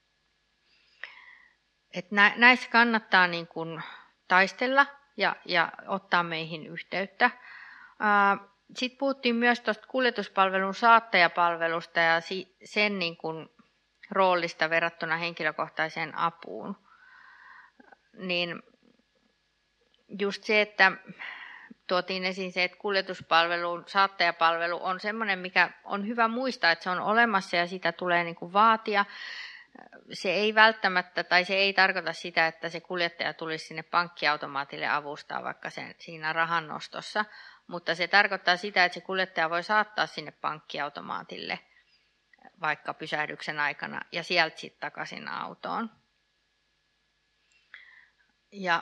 Et näissä kannattaa niin kuin taistella ja ottaa meihin yhteyttä. Sitten puhuttiin myös tuosta kuljetuspalvelun saattajapalvelusta ja sen niin kuin roolista verrattuna henkilökohtaiseen apuun. Niin just se, että tuotiin esiin se, että kuljetuspalvelu, saattajapalvelu on semmoinen, mikä on hyvä muistaa, että se on olemassa ja sitä tulee niin kuin vaatia. Se ei välttämättä, tai se ei tarkoita sitä, että se kuljettaja tulisi sinne pankkiautomaatille avustaa vaikka siinä rahannostossa, mutta se tarkoittaa sitä, että se kuljettaja voi saattaa sinne pankkiautomaatille vaikka pysähdyksen aikana ja sieltä sitten takaisin autoon. Ja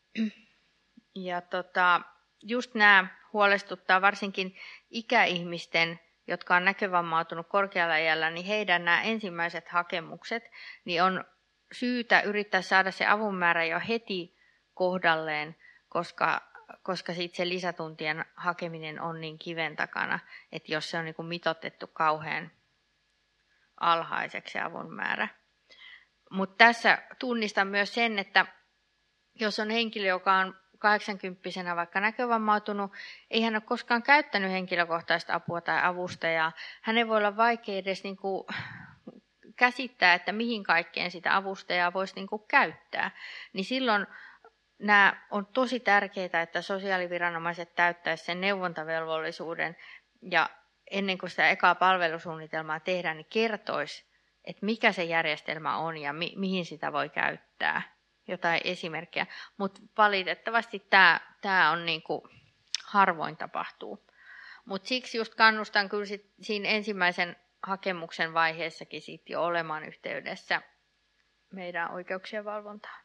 just nämä huolestuttaa varsinkin ikäihmisten, jotka on näkövammautunut korkealla iällä, niin heidän nämä ensimmäiset hakemukset, niin on syytä yrittää saada se avun määrä jo heti kohdalleen, koska sitten se lisätuntien hakeminen on niin kiven takana, että jos se on niin kuin mitoitettu kauhean alhaiseksi se avun määrä. Mutta tässä tunnistan myös sen, että jos on henkilö, joka on 80-vuotiaana vaikka näkövammautunut, ei hän ole koskaan käyttänyt henkilökohtaista apua tai avustajaa. Hänen voi olla vaikea edes niin kuin käsittää, että mihin kaikkeen sitä avustajaa voisi niin kuin käyttää. Niin silloin nämä on tosi tärkeää, että sosiaaliviranomaiset täyttäisivät sen neuvontavelvollisuuden ja ennen kuin sitä ekaa palvelusuunnitelmaa tehdään, niin kertoisi, että mikä se järjestelmä on ja mihin sitä voi käyttää. Jotain esimerkkejä, mutta valitettavasti tämä on niin kuin harvoin tapahtuu. Mutta siksi just kannustan kyllä siinä ensimmäisen hakemuksen vaiheessakin sit jo olemaan yhteydessä meidän oikeuksien valvontaan.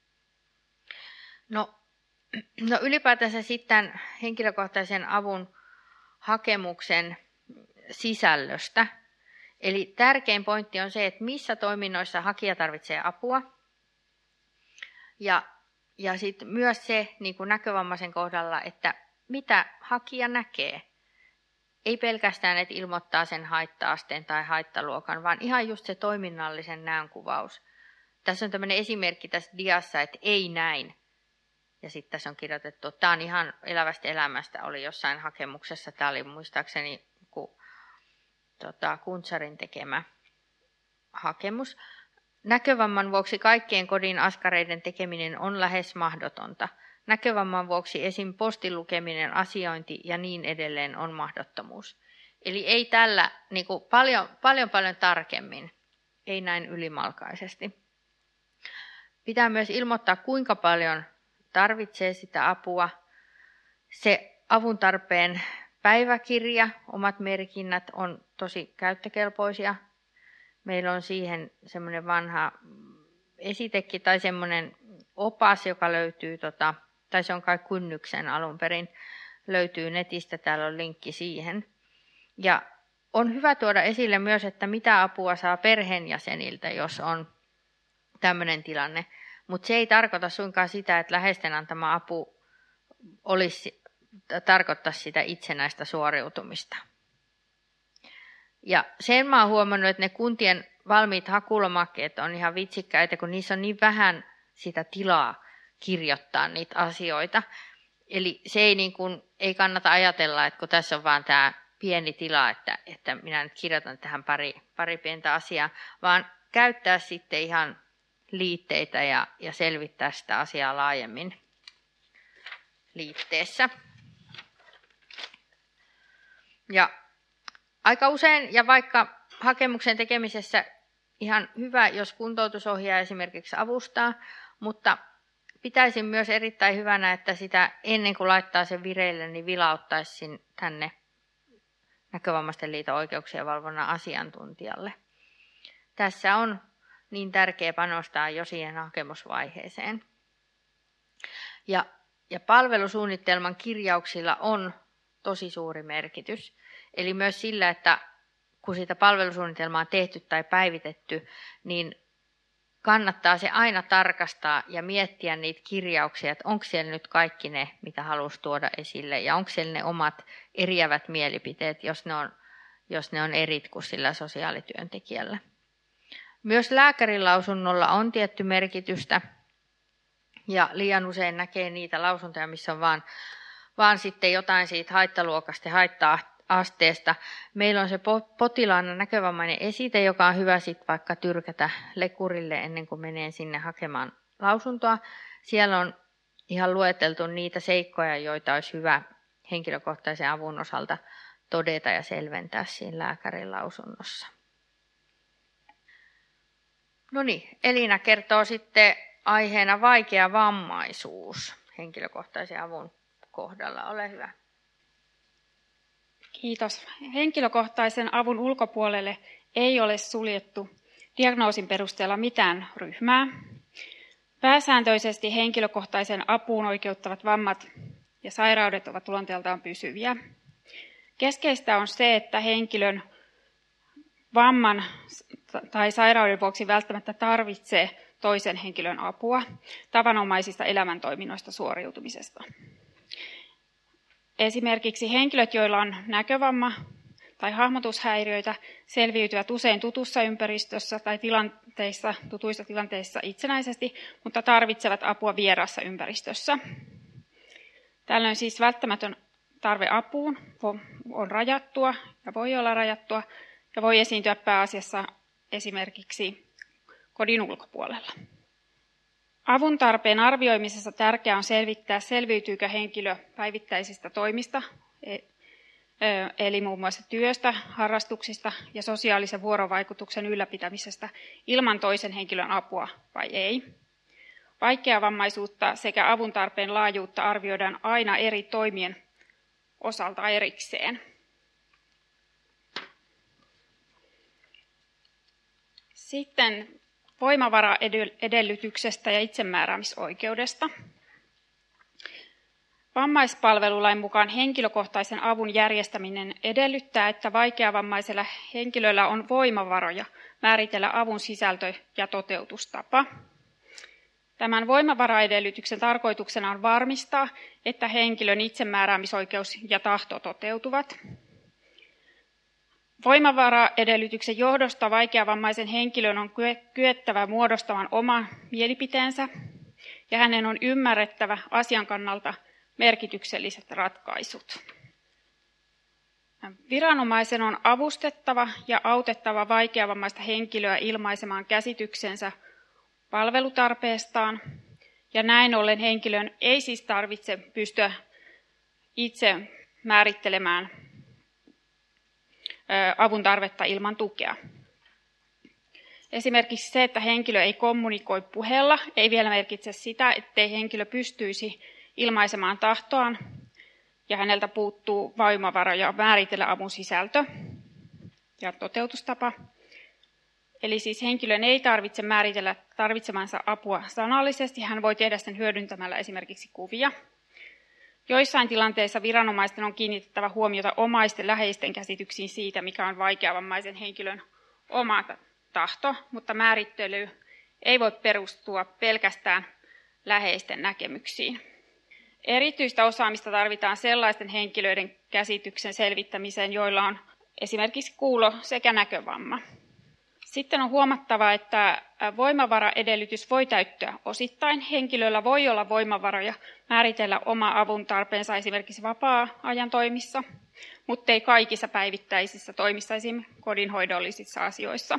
No ylipäätänsä sitten henkilökohtaisen avun hakemuksen sisällöstä. Eli tärkein pointti on se, että missä toiminnoissa hakija tarvitsee apua. Ja sitten myös se niin kuin näkövammaisen kohdalla, että mitä hakija näkee. Ei pelkästään, että ilmoittaa sen haitta-asteen tai haittaluokan, vaan ihan just se toiminnallisen näönkuvaus. Tässä on tämmöinen esimerkki tässä diassa, että ei näin. Ja sitten tässä on kirjoitettu, että tämä on ihan elävästä elämästä, oli jossain hakemuksessa. Tämä oli muistaakseni Kuntsarin tekemä hakemus. Näkövamman vuoksi kaikkien kodin askareiden tekeminen on lähes mahdotonta. Näkövamman vuoksi esim. Postin lukeminen, asiointi ja niin edelleen on mahdottomuus. Eli ei tällä niin kuin paljon tarkemmin, ei näin ylimalkaisesti. Pitää myös ilmoittaa, kuinka paljon tarvitsee sitä apua. Se avun tarpeen päiväkirja, omat merkinnät on tosi käyttökelpoisia. Meillä on siihen semmoinen vanha esitekin tai semmoinen opas, joka löytyy, tai se on kai Kynnyksen alun perin, löytyy netistä, täällä on linkki siihen. Ja on hyvä tuoda esille myös, että mitä apua saa perheenjäseniltä, jos on tämmöinen tilanne. Mutta se ei tarkoita suinkaan sitä, että läheisten antama apu tarkoittaisi sitä itsenäistä suoriutumista. Ja sen mä oon huomannut, että ne kuntien valmiit hakulomakkeet on ihan vitsikkäitä, kun niissä on niin vähän sitä tilaa kirjoittaa niitä asioita. Eli se ei kannata ajatella, että kun tässä on vaan tämä pieni tila, että minä nyt kirjoitan tähän pari pientä asiaa, vaan käyttää sitten ihan liitteitä ja selvittää sitä asiaa laajemmin liitteessä. Ja aika usein, ja vaikka hakemuksen tekemisessä ihan hyvä, jos kuntoutusohjaaja esimerkiksi avustaa, mutta pitäisin myös erittäin hyvänä, että sitä ennen kuin laittaa sen vireille, niin vilauttaisin tänne Näkövammaisten liiton oikeuksien valvonnan asiantuntijalle. Tässä on niin tärkeää panostaa jo siihen hakemusvaiheeseen. Ja palvelusuunnitelman kirjauksilla on tosi suuri merkitys. Eli myös sillä, että kun sitä palvelusuunnitelmaa on tehty tai päivitetty, niin kannattaa se aina tarkastaa ja miettiä niitä kirjauksia, että onko siellä nyt kaikki ne, mitä halusi tuoda esille, ja onko siellä ne omat eriävät mielipiteet, jos ne on erit kuin sillä sosiaalityöntekijällä. Myös lääkärin lausunnolla on tietty merkitystä, ja liian usein näkee niitä lausuntoja, missä on vaan sitten jotain siitä haittaluokasta ja haitta-asteesta. Meillä on se potilaan näkövammainen esite, joka on hyvä sitten vaikka tyrkätä lekurille ennen kuin menee sinne hakemaan lausuntoa. Siellä on ihan lueteltu niitä seikkoja, joita olisi hyvä henkilökohtaisen avun osalta todeta ja selventää siinä lääkärin lausunnossa. No niin, Elina kertoo sitten aiheena vaikea vammaisuus henkilökohtaisen avun kohdalla. Ole hyvä. Kiitos. Henkilökohtaisen avun ulkopuolelle ei ole suljettu diagnoosin perusteella mitään ryhmää. Pääsääntöisesti henkilökohtaisen apuun oikeuttavat vammat ja sairaudet ovat luonteeltaan pysyviä. Keskeistä on se, että henkilön vamman tai sairauden vuoksi välttämättä tarvitsee toisen henkilön apua tavanomaisista elämäntoiminnoista suoriutumisesta. Esimerkiksi henkilöt, joilla on näkövamma tai hahmotushäiriöitä, selviytyvät usein tutussa ympäristössä tai tutuissa tilanteissa itsenäisesti, mutta tarvitsevat apua vieraassa ympäristössä. Tällöin siis välttämätön tarve apuun on rajattua ja voi olla rajattua ja voi esiintyä pääasiassa esimerkiksi kodin ulkopuolella. Avun tarpeen arvioimisessa tärkeää on selvittää, selviytyykö henkilö päivittäisistä toimista, eli muun muassa työstä, harrastuksista ja sosiaalisen vuorovaikutuksen ylläpitämisestä ilman toisen henkilön apua vai ei. Vaikeavammaisuutta sekä avun tarpeen laajuutta arvioidaan aina eri toimien osalta erikseen. Sitten voimavaraedellytyksestä ja itsemääräämisoikeudesta. Vammaispalvelulain mukaan henkilökohtaisen avun järjestäminen edellyttää, että vaikeavammaisella henkilöllä on voimavaroja määritellä avun sisältö ja toteutustapa. Tämän voimavaraedellytyksen tarkoituksena on varmistaa, että henkilön itsemääräämisoikeus ja tahto toteutuvat. Voimavaraedellytyksen johdosta vaikeavammaisen henkilön on kyettävä muodostamaan oma mielipiteensä ja hänen on ymmärrettävä asian kannalta merkitykselliset ratkaisut. Viranomaisen on avustettava ja autettava vaikeavammaista henkilöä ilmaisemaan käsityksensä palvelutarpeestaan ja näin ollen henkilön ei siis tarvitse pystyä itse määrittelemään avun tarvetta ilman tukea. Esimerkiksi se, että henkilö ei kommunikoi puheella, ei vielä merkitse sitä, ettei henkilö pystyisi ilmaisemaan tahtoaan ja häneltä puuttuu voimavaroja määritellä avun sisältö ja toteutustapa. Eli siis henkilön ei tarvitse määritellä tarvitsemansa apua sanallisesti, hän voi tehdä sen hyödyntämällä esimerkiksi kuvia. Joissain tilanteissa viranomaisten on kiinnitettävä huomiota omaisten läheisten käsityksiin siitä, mikä on vaikeavammaisen henkilön oma tahto, mutta määrittely ei voi perustua pelkästään läheisten näkemyksiin. Erityistä osaamista tarvitaan sellaisten henkilöiden käsityksen selvittämiseen, joilla on esimerkiksi kuulo- sekä näkövamma. Sitten on huomattava, että voimavaraedellytys voi täyttyä osittain. Henkilöllä voi olla voimavaroja määritellä oma avun tarpeensa esimerkiksi vapaa-ajan toimissa, mutta ei kaikissa päivittäisissä toimissa, esimerkiksi kodinhoidollisissa asioissa.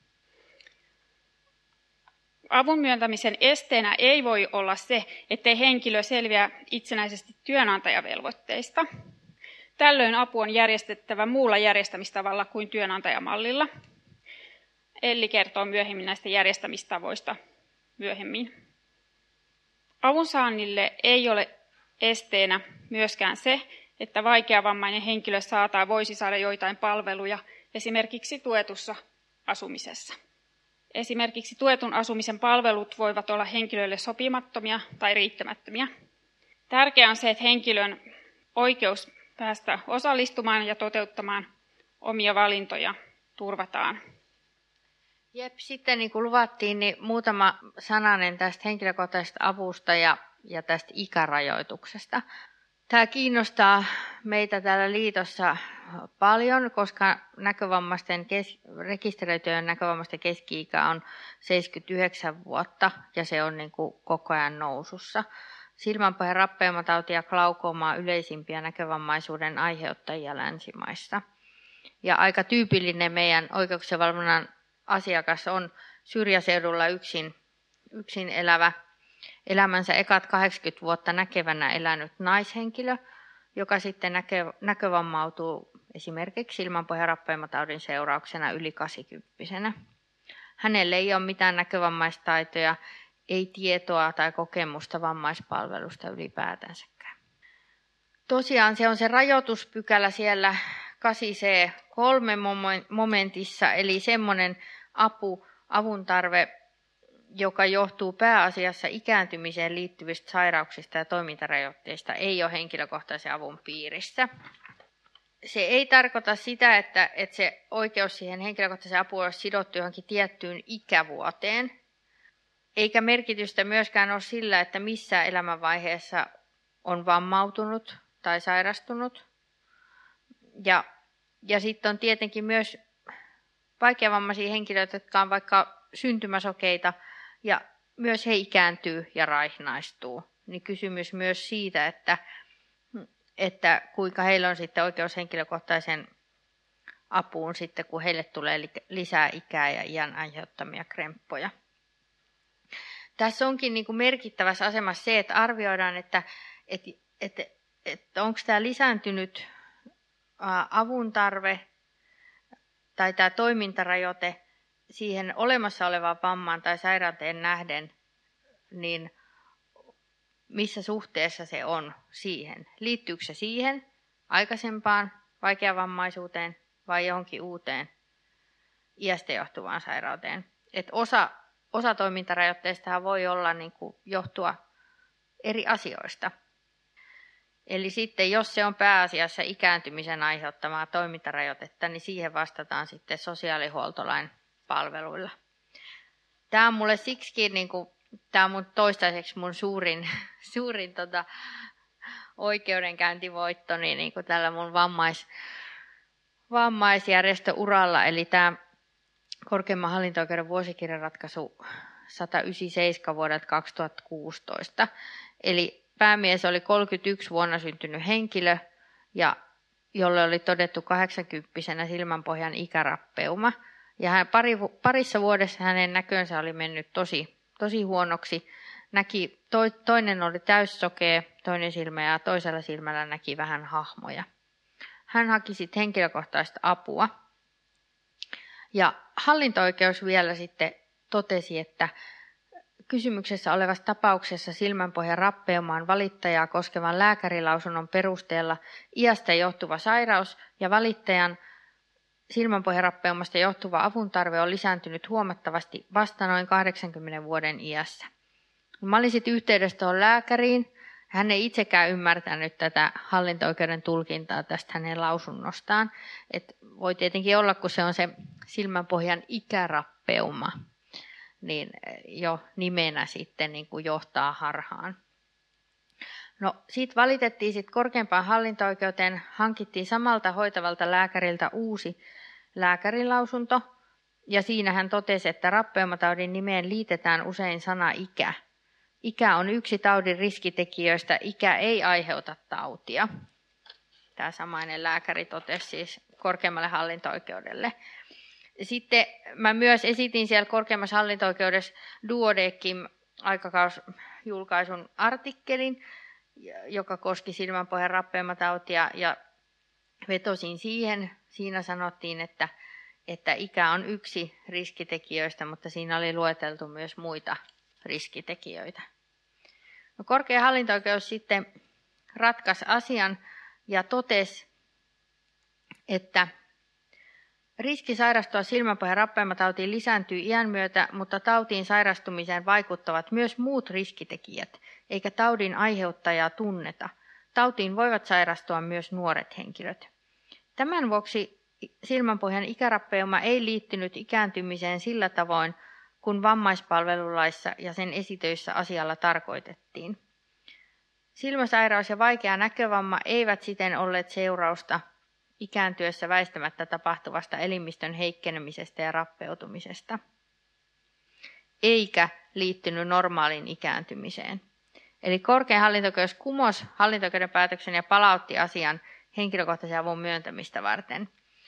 Avun myöntämisen esteenä ei voi olla se, ettei henkilö selviä itsenäisesti työnantajavelvoitteista. Tällöin apu on järjestettävä muulla järjestämistavalla kuin työnantajamallilla. Elli kertoo myöhemmin näistä järjestämistavoista myöhemmin. Avunsaannille ei ole esteenä myöskään se, että vaikeavammainen henkilö saa tai voisi saada joitain palveluja esimerkiksi tuetussa asumisessa. Esimerkiksi tuetun asumisen palvelut voivat olla henkilöille sopimattomia tai riittämättömiä. Tärkeää on se, että henkilön oikeus päästä osallistumaan ja toteuttamaan omia valintoja turvataan. Jep, sitten niin kuin luvattiin, niin muutama sananen tästä henkilökohtaisesta avusta ja tästä ikärajoituksesta. Tämä kiinnostaa meitä täällä liitossa paljon, koska rekisteröityjen näkövammaisten keski-ikä on 79 vuotta ja se on niin kuin koko ajan nousussa. Silmänpohjan rappeumatauti ja glaukooma on yleisimpiä näkövammaisuuden aiheuttajia länsimaissa. Ja aika tyypillinen meidän oikeuksien valvonnan asiakas on syrjäseudulla yksin elävä, elämänsä ekat 80 vuotta näkevänä elänyt naishenkilö, joka sitten näkövammautuu esimerkiksi silmänpohjan rappeumataudin seurauksena yli 80-vuotiaana. Hänelle ei ole mitään näkövammaistaitoja, ei tietoa tai kokemusta vammaispalvelusta ylipäätänsäkään. Tosiaan se on se rajoituspykälä siellä 8c3 momentissa, eli semmoinen avun tarve, joka johtuu pääasiassa ikääntymiseen liittyvistä sairauksista ja toimintarajoitteista, ei ole henkilökohtaisen avun piirissä. Se ei tarkoita sitä, että se oikeus siihen henkilökohtaiseen apuun olisi sidottu johonkin tiettyyn ikävuoteen, eikä merkitystä myöskään ole sillä, että missä elämänvaiheessa on vammautunut tai sairastunut. Ja sitten on tietenkin myös vaikeavammaisia henkilöitä, jotka on vaikka syntymäsokeita, ja myös he ikääntyy ja raihnaistuu. Niin kysymys myös siitä, että kuinka heillä on sitten oikeus henkilökohtaisen apuun sitten, kun heille tulee lisää ikää ja iän aiheuttamia kremppoja. Tässä onkin niin kuin merkittävässä asemassa se, että arvioidaan, että onko tämä lisääntynyt avun tarve tai tämä toimintarajoite siihen olemassa olevaan vammaan tai sairauteen nähden, niin missä suhteessa se on siihen? Liittyykö se siihen aikaisempaan vaikeavammaisuuteen vai johonkin uuteen iästä johtuvaan sairauteen? Et osa toimintarajoitteista voi olla niin kuin johtua eri asioista. Eli sitten jos se on pääasiassa ikääntymisen aiheuttamaa toimintarajoitetta, niin siihen vastataan sitten sosiaalihuoltolain palveluilla. Tämä on mulle siksikin, tämä on toistaiseksi mun suurin oikeudenkäyntivoittoni niin kuin tällä mun vammaisjärjestöuralla, eli tämä Korkeimman hallinto-oikeuden vuosikirjaratkaisu 197 vuodelta 2016. Eli päämies oli 31 vuonna syntynyt henkilö, jolle oli todettu 80-vuotiaana silmänpohjan ikärappeuma. Ja parissa vuodessa hänen näkönsä oli mennyt tosi huonoksi. Toinen oli täyssokea, toinen silmä ja toisella silmällä näki vähän hahmoja. Hän haki sitten henkilökohtaista apua. Ja hallinto-oikeus vielä sitten totesi, että kysymyksessä olevassa tapauksessa silmänpohjan rappeumaan valittajaa koskevan lääkärilausunnon perusteella iästä johtuva sairaus ja valittajan silmänpohjan rappeumasta johtuva avuntarve on lisääntynyt huomattavasti vasta noin 80 vuoden iässä. Mä olin sitten yhteydessä tuohon lääkäriin. Hän ei itsekään ymmärtänyt tätä hallinto-oikeuden tulkintaa tästä hänen lausunnostaan. Et voi tietenkin olla, kun se on se silmänpohjan ikärappeuma, niin jo nimenä sitten niin kuin johtaa harhaan. No, siitä valitettiin sitten korkeimpaan hallinto-oikeuteen, hankittiin samalta hoitavalta lääkäriltä uusi lääkärilausunto, ja siinä hän totesi, että rappeumataudin nimeen liitetään usein sana ikä. Ikä on yksi taudin riskitekijöistä, ikä ei aiheuta tautia. Tämä samainen lääkäri totesi siis korkeammalle hallinto-oikeudelle. Sitten mä myös esitin siellä korkeammassa hallinto-oikeudessa Duodecim aikakausjulkaisun artikkelin, joka koski silmänpohjan rappeumatautia, ja vetosin siihen. Siinä sanottiin, että ikä on yksi riskitekijöistä, mutta siinä oli lueteltu myös muita riskitekijöitä. No, korkea hallinto-oikeus sitten ratkaisi asian ja totesi, että riski sairastua silmänpohjan rappeumatautiin lisääntyy iän myötä, mutta tautiin sairastumiseen vaikuttavat myös muut riskitekijät, eikä taudin aiheuttajaa tunneta. Tautiin voivat sairastua myös nuoret henkilöt. Tämän vuoksi silmänpohjan ikärappeuma ei liittynyt ikääntymiseen sillä tavoin, kun vammaispalvelulaissa ja sen esitöissä asialla tarkoitettiin. Silmäsairaus ja vaikea näkövamma eivät siten olleet seurausta ikääntyessä väistämättä tapahtuvasta elimistön heikkenemisestä ja rappeutumisesta, eikä liittynyt normaaliin ikääntymiseen. Eli korkein hallinto-oikeus kumosi hallinto-oikeuden päätöksen ja palautti asian henkilökohtaisen avun myöntämistä varten.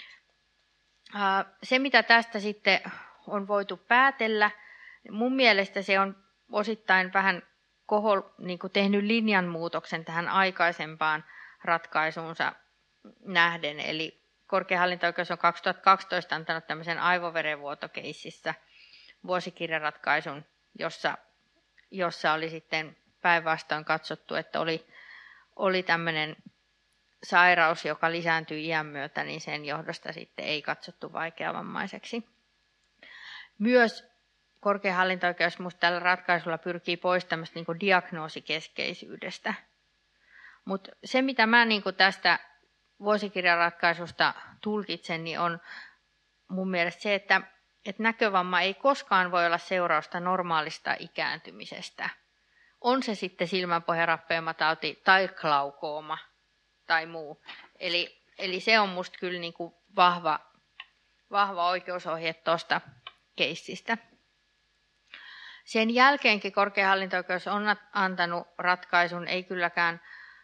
Se, mitä tästä sitten on voitu päätellä, mun mielestä se on osittain vähän tehnyt linjanmuutoksen tähän aikaisempaan ratkaisuunsa nähden. Eli korkein hallinto-oikeus on 2012 antanut tämmöisen aivoverenvuotokeississä vuosikirjaratkaisun, jossa oli sitten päinvastoin katsottu, että oli tämmöinen sairaus, joka lisääntyi iän myötä, niin sen johdosta sitten ei katsottu vaikeavammaiseksi. Myös korkein hallinto-oikeus minusta tällä ratkaisulla pyrkii pois tämmöistä niin kuin diagnoosikeskeisyydestä. Mutta se, mitä mä niin kuin tästä vuosikirjaratkaisusta tulkitsen, niin on mun mielestä se, että näkövamma ei koskaan voi olla seurausta normaalista ikääntymisestä. On se sitten silmänpohjan rappeumatauti tai glaukooma tai muu. Eli se on musta kyllä niin kuin vahva oikeusohje tuosta keissistä. Sen jälkeenkin korkein hallinto-oikeus on antanut ratkaisun, ei kylläkään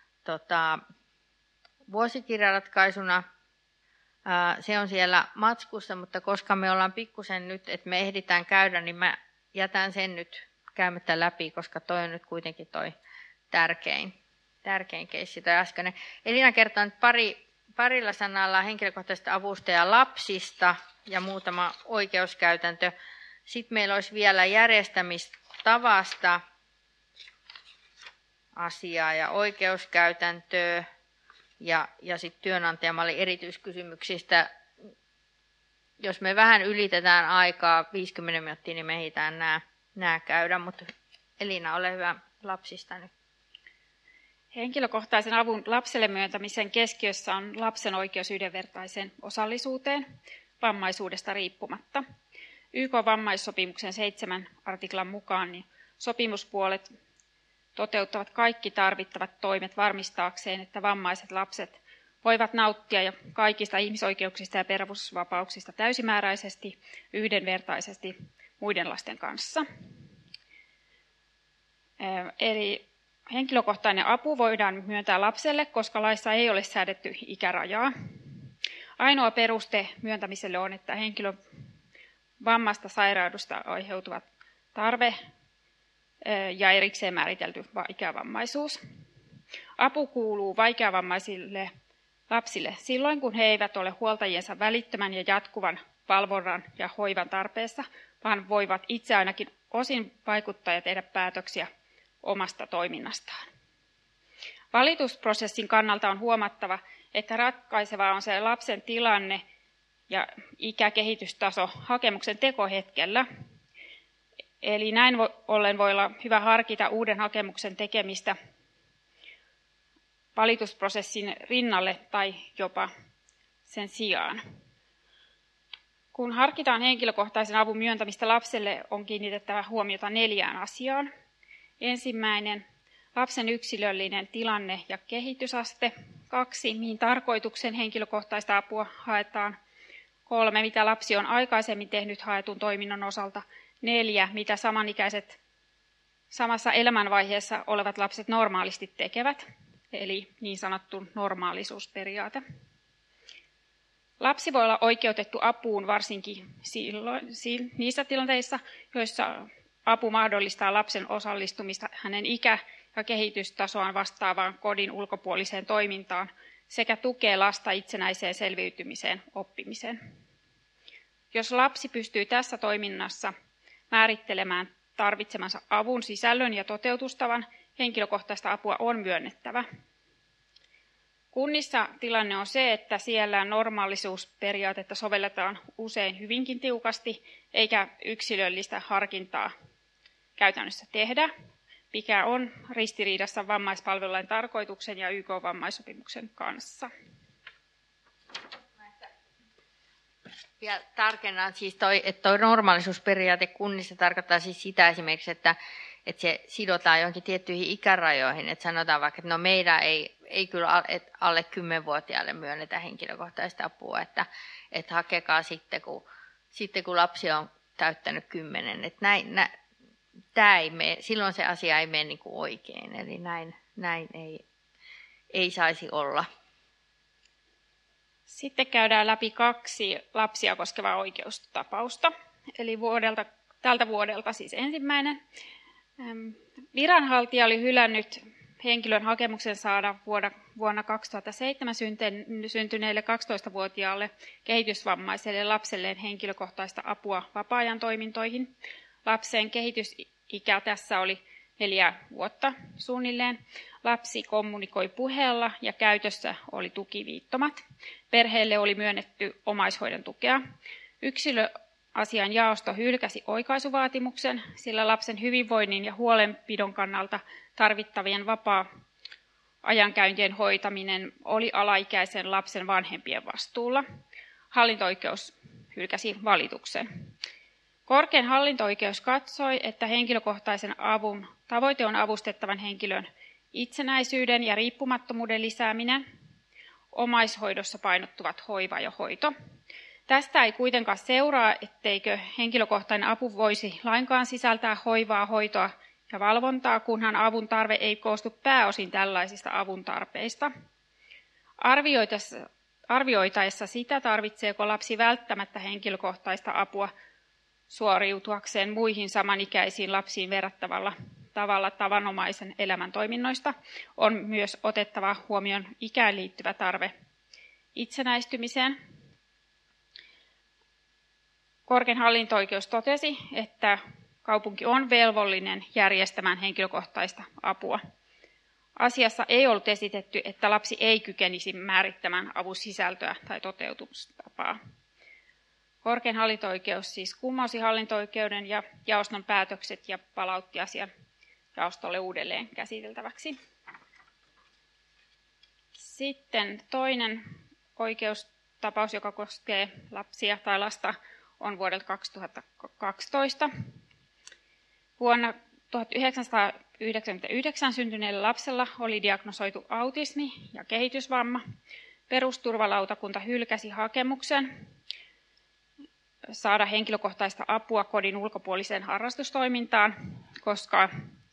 vuosikirjaratkaisuna. Se on siellä matskussa, mutta koska me ollaan pikkusen nyt, että me ehditään käydä, niin mä jätän sen nyt käymättä läpi, koska toi on nyt kuitenkin toi tärkein keissi, toi äskeinen. Elina kertoo nyt parilla sanalla henkilökohtaisesta avusta ja lapsista ja muutama oikeuskäytäntö. Sitten meillä olisi vielä järjestämistavasta asiaa ja oikeuskäytäntöä ja sitten työnantajamallin erityiskysymyksistä. Jos me vähän ylitetään aikaa 50 minuuttia, niin me ehditään nämä käydä, mutta Elina, ole hyvä lapsista nyt. Henkilökohtaisen avun lapselle myöntämisen keskiössä on lapsen oikeus yhdenvertaiseen osallisuuteen vammaisuudesta riippumatta. YK-vammaissopimuksen 7 artiklan mukaan niin sopimuspuolet toteuttavat kaikki tarvittavat toimet varmistaakseen, että vammaiset lapset voivat nauttia kaikista ihmisoikeuksista ja perusvapauksista täysimääräisesti, yhdenvertaisesti muiden lasten kanssa. Eli henkilökohtainen apu voidaan myöntää lapselle, koska laissa ei ole säädetty ikärajaa. Ainoa peruste myöntämiselle on, että henkilön vammasta sairaudusta aiheutuvat tarve ja erikseen määritelty vaikeavammaisuus. Apu kuuluu vaikeavammaisille lapsille silloin, kun he eivät ole huoltajiensa välittömän ja jatkuvan valvonnan ja hoivan tarpeessa, vaan voivat itse ainakin osin vaikuttaa ja tehdä päätöksiä omasta toiminnastaan. Valitusprosessin kannalta on huomattava, että ratkaisevaa on se lapsen tilanne ja ikäkehitystaso hakemuksen tekohetkellä. Eli näin ollen voi olla hyvä harkita uuden hakemuksen tekemistä valitusprosessin rinnalle tai jopa sen sijaan. Kun harkitaan henkilökohtaisen avun myöntämistä lapselle, on kiinnitettävä huomiota 4 asiaan. Ensimmäinen, lapsen yksilöllinen tilanne ja kehitysaste. 2, mihin tarkoituksen henkilökohtaista apua haetaan. 3, mitä lapsi on aikaisemmin tehnyt haetun toiminnon osalta. 4, mitä samanikäiset samassa elämänvaiheessa olevat lapset normaalisti tekevät, eli niin sanottu normaalisuusperiaate. Lapsi voi olla oikeutettu apuun varsinkin niissä tilanteissa, joissa apu mahdollistaa lapsen osallistumista hänen ikä- ja kehitystasoaan vastaavaan kodin ulkopuoliseen toimintaan sekä tukee lasta itsenäiseen selviytymiseen oppimiseen. Jos lapsi pystyy tässä toiminnassa määrittelemään tarvitsemansa avun sisällön ja toteutustavan, henkilökohtaista apua on myönnettävä. Kunnissa tilanne on se, että siellä normaalisuusperiaatetta sovelletaan usein hyvinkin tiukasti, eikä yksilöllistä harkintaa käytännössä tehdä, mikä on ristiriidassa vammaispalvelulain tarkoituksen ja YK-vammaissopimuksen kanssa. Ja tarkennan siis, että normaalisuusperiaate kunnissa tarkoittaa siis sitä esimerkiksi, että se sidotaan johonkin tiettyihin ikärajoihin. Että sanotaan vaikka, että no meidän ei kyllä alle 10-vuotiaille myönnetä henkilökohtaista apua, että hakekaa sitten kun lapsi on täyttänyt 10. Että silloin se asia ei mene niin kuin oikein, eli näin ei saisi olla. Sitten käydään läpi 2 lapsia koskevaa oikeustapausta. Eli tältä vuodelta siis ensimmäinen. Viranhaltija oli hylännyt henkilön hakemuksen saada vuonna 2007 syntyneelle 12-vuotiaalle kehitysvammaiselle lapselleen henkilökohtaista apua vapaa-ajan toimintoihin. Lapsen kehitysikä tässä oli 4 vuotta suunnilleen. Lapsi kommunikoi puheella ja käytössä oli tukiviittomat. Perheelle oli myönnetty omaishoidon tukea. Yksilöasian jaosto hylkäsi oikaisuvaatimuksen, sillä lapsen hyvinvoinnin ja huolenpidon kannalta tarvittavien vapaa-ajankäyntien hoitaminen oli alaikäisen lapsen vanhempien vastuulla. Hallinto-oikeus hylkäsi valituksen. Korkein hallinto-oikeus katsoi, että henkilökohtaisen avun tavoite on avustettavan henkilön itsenäisyyden ja riippumattomuuden lisääminen, omaishoidossa painottuvat hoiva ja hoito. Tästä ei kuitenkaan seuraa, etteikö henkilökohtainen apu voisi lainkaan sisältää hoivaa, hoitoa ja valvontaa, kunhan avun tarve ei koostu pääosin tällaisista avun tarpeista. Arvioitaessa sitä, tarvitseeko lapsi välttämättä henkilökohtaista apua suoriutuakseen muihin samanikäisiin lapsiin verrattavalla tavalla tavanomaisen elämän toiminnoista, on myös otettava huomioon ikään liittyvä tarve itsenäistymiseen. Korkein hallinto-oikeus totesi, että kaupunki on velvollinen järjestämään henkilökohtaista apua. Asiassa ei ollut esitetty, että lapsi ei kykenisi määrittämään avun sisältöä tai toteutustapaa. Korkein hallinto-oikeus siis kumosi hallinto-oikeuden ja jaoston päätökset ja palautti asian jaostolle uudelleen käsiteltäväksi. Sitten toinen oikeustapaus, joka koskee lapsia tai lasta, on vuodelta 2012. Vuonna 1999 syntyneellä lapsella oli diagnosoitu autismi ja kehitysvamma. Perusturvalautakunta hylkäsi hakemuksen saada henkilökohtaista apua kodin ulkopuoliseen harrastustoimintaan, koska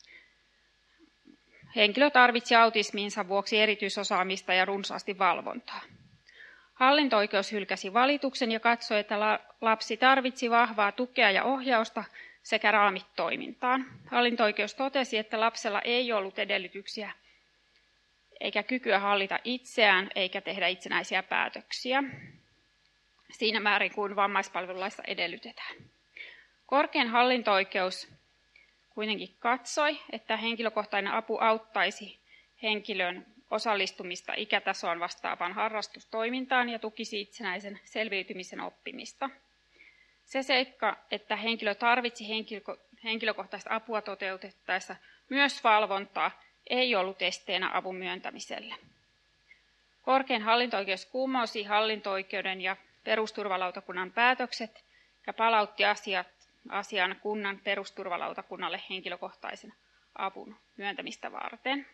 henkilö tarvitsi autismiinsa vuoksi erityisosaamista ja runsaasti valvontaa. Hallinto-oikeus hylkäsi valituksen ja katsoi, että lapsi tarvitsi vahvaa tukea ja ohjausta sekä raamit toimintaan. Hallinto-oikeus totesi, että lapsella ei ollut edellytyksiä eikä kykyä hallita itseään eikä tehdä itsenäisiä päätöksiä siinä määrin kuin vammaispalvelulaissa edellytetään. Korkein hallinto-oikeus kuitenkin katsoi, että henkilökohtainen apu auttaisi henkilön osallistumista ikätasoon vastaavaan harrastustoimintaan ja tukisi itsenäisen selviytymisen oppimista. Se seikka, että henkilö tarvitsi henkilökohtaista apua toteutettaessa myös valvontaa, ei ollut esteenä avun myöntämiselle. Korkein hallinto-oikeus kumosi hallinto-oikeuden ja perusturvalautakunnan päätökset ja palautti asian kunnan perusturvalautakunnalle henkilökohtaisen avun myöntämistä varten.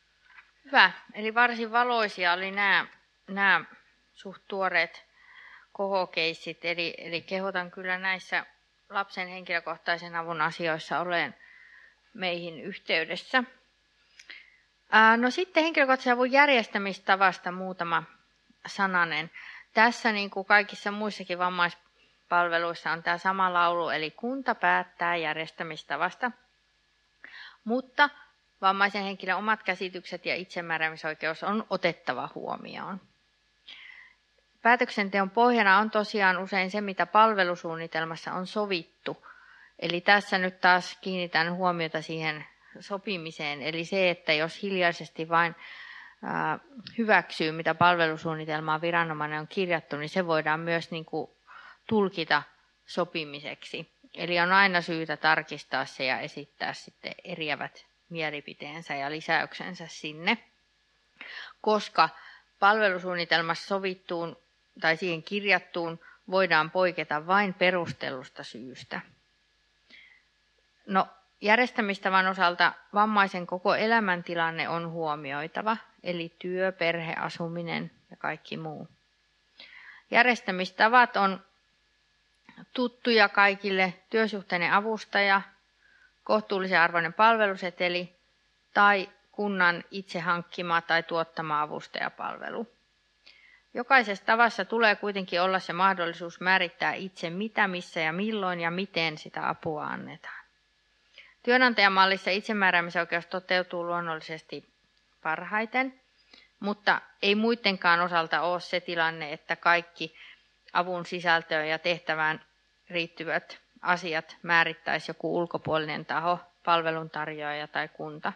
Hyvä. Eli varsin valoisia oli nämä suht tuoreet kohokeissit, eli kehotan kyllä näissä lapsen henkilökohtaisen avun asioissa olen meihin yhteydessä. No sitten henkilökohtaisen avun järjestämistavasta muutama sananen. Tässä niin kuin kaikissa muissakin vammaispalveluissa on tämä sama laulu, eli kunta päättää järjestämistavasta, mutta vammaisen henkilön omat käsitykset ja itsemääräämisoikeus on otettava huomioon. Päätöksenteon pohjana on tosiaan usein se, mitä palvelusuunnitelmassa on sovittu. Eli tässä nyt taas kiinnitän huomiota siihen sopimiseen. Eli se, että jos hiljaisesti vain hyväksyy, mitä palvelusuunnitelmaa viranomainen on kirjattu, niin se voidaan myös niin kuin tulkita sopimiseksi. Eli on aina syytä tarkistaa se ja esittää sitten eriävät mielipiteensä ja lisäyksensä sinne, koska palvelusuunnitelmassa sovittuun tai siihen kirjattuun voidaan poiketa vain perustellusta syystä. No, järjestämistavan osalta vammaisen koko elämäntilanne on huomioitava, eli työ, perhe, asuminen ja kaikki muu. Järjestämistavat on tuttuja kaikille: työsuhteinen avustaja, kohtuullisen arvoinen palveluseteli tai kunnan itse hankkima tai tuottama avustajapalvelu. Jokaisessa tavassa tulee kuitenkin olla se mahdollisuus määrittää itse, mitä, missä ja milloin ja miten sitä apua annetaan. Työnantajamallissa itsemääräämisoikeus toteutuu luonnollisesti parhaiten, mutta ei muidenkaan osalta ole se tilanne, että kaikki avun sisältöön ja tehtävään riittyvät asiat määrittäisi joku ulkopuolinen taho, palveluntarjoaja tai kunta.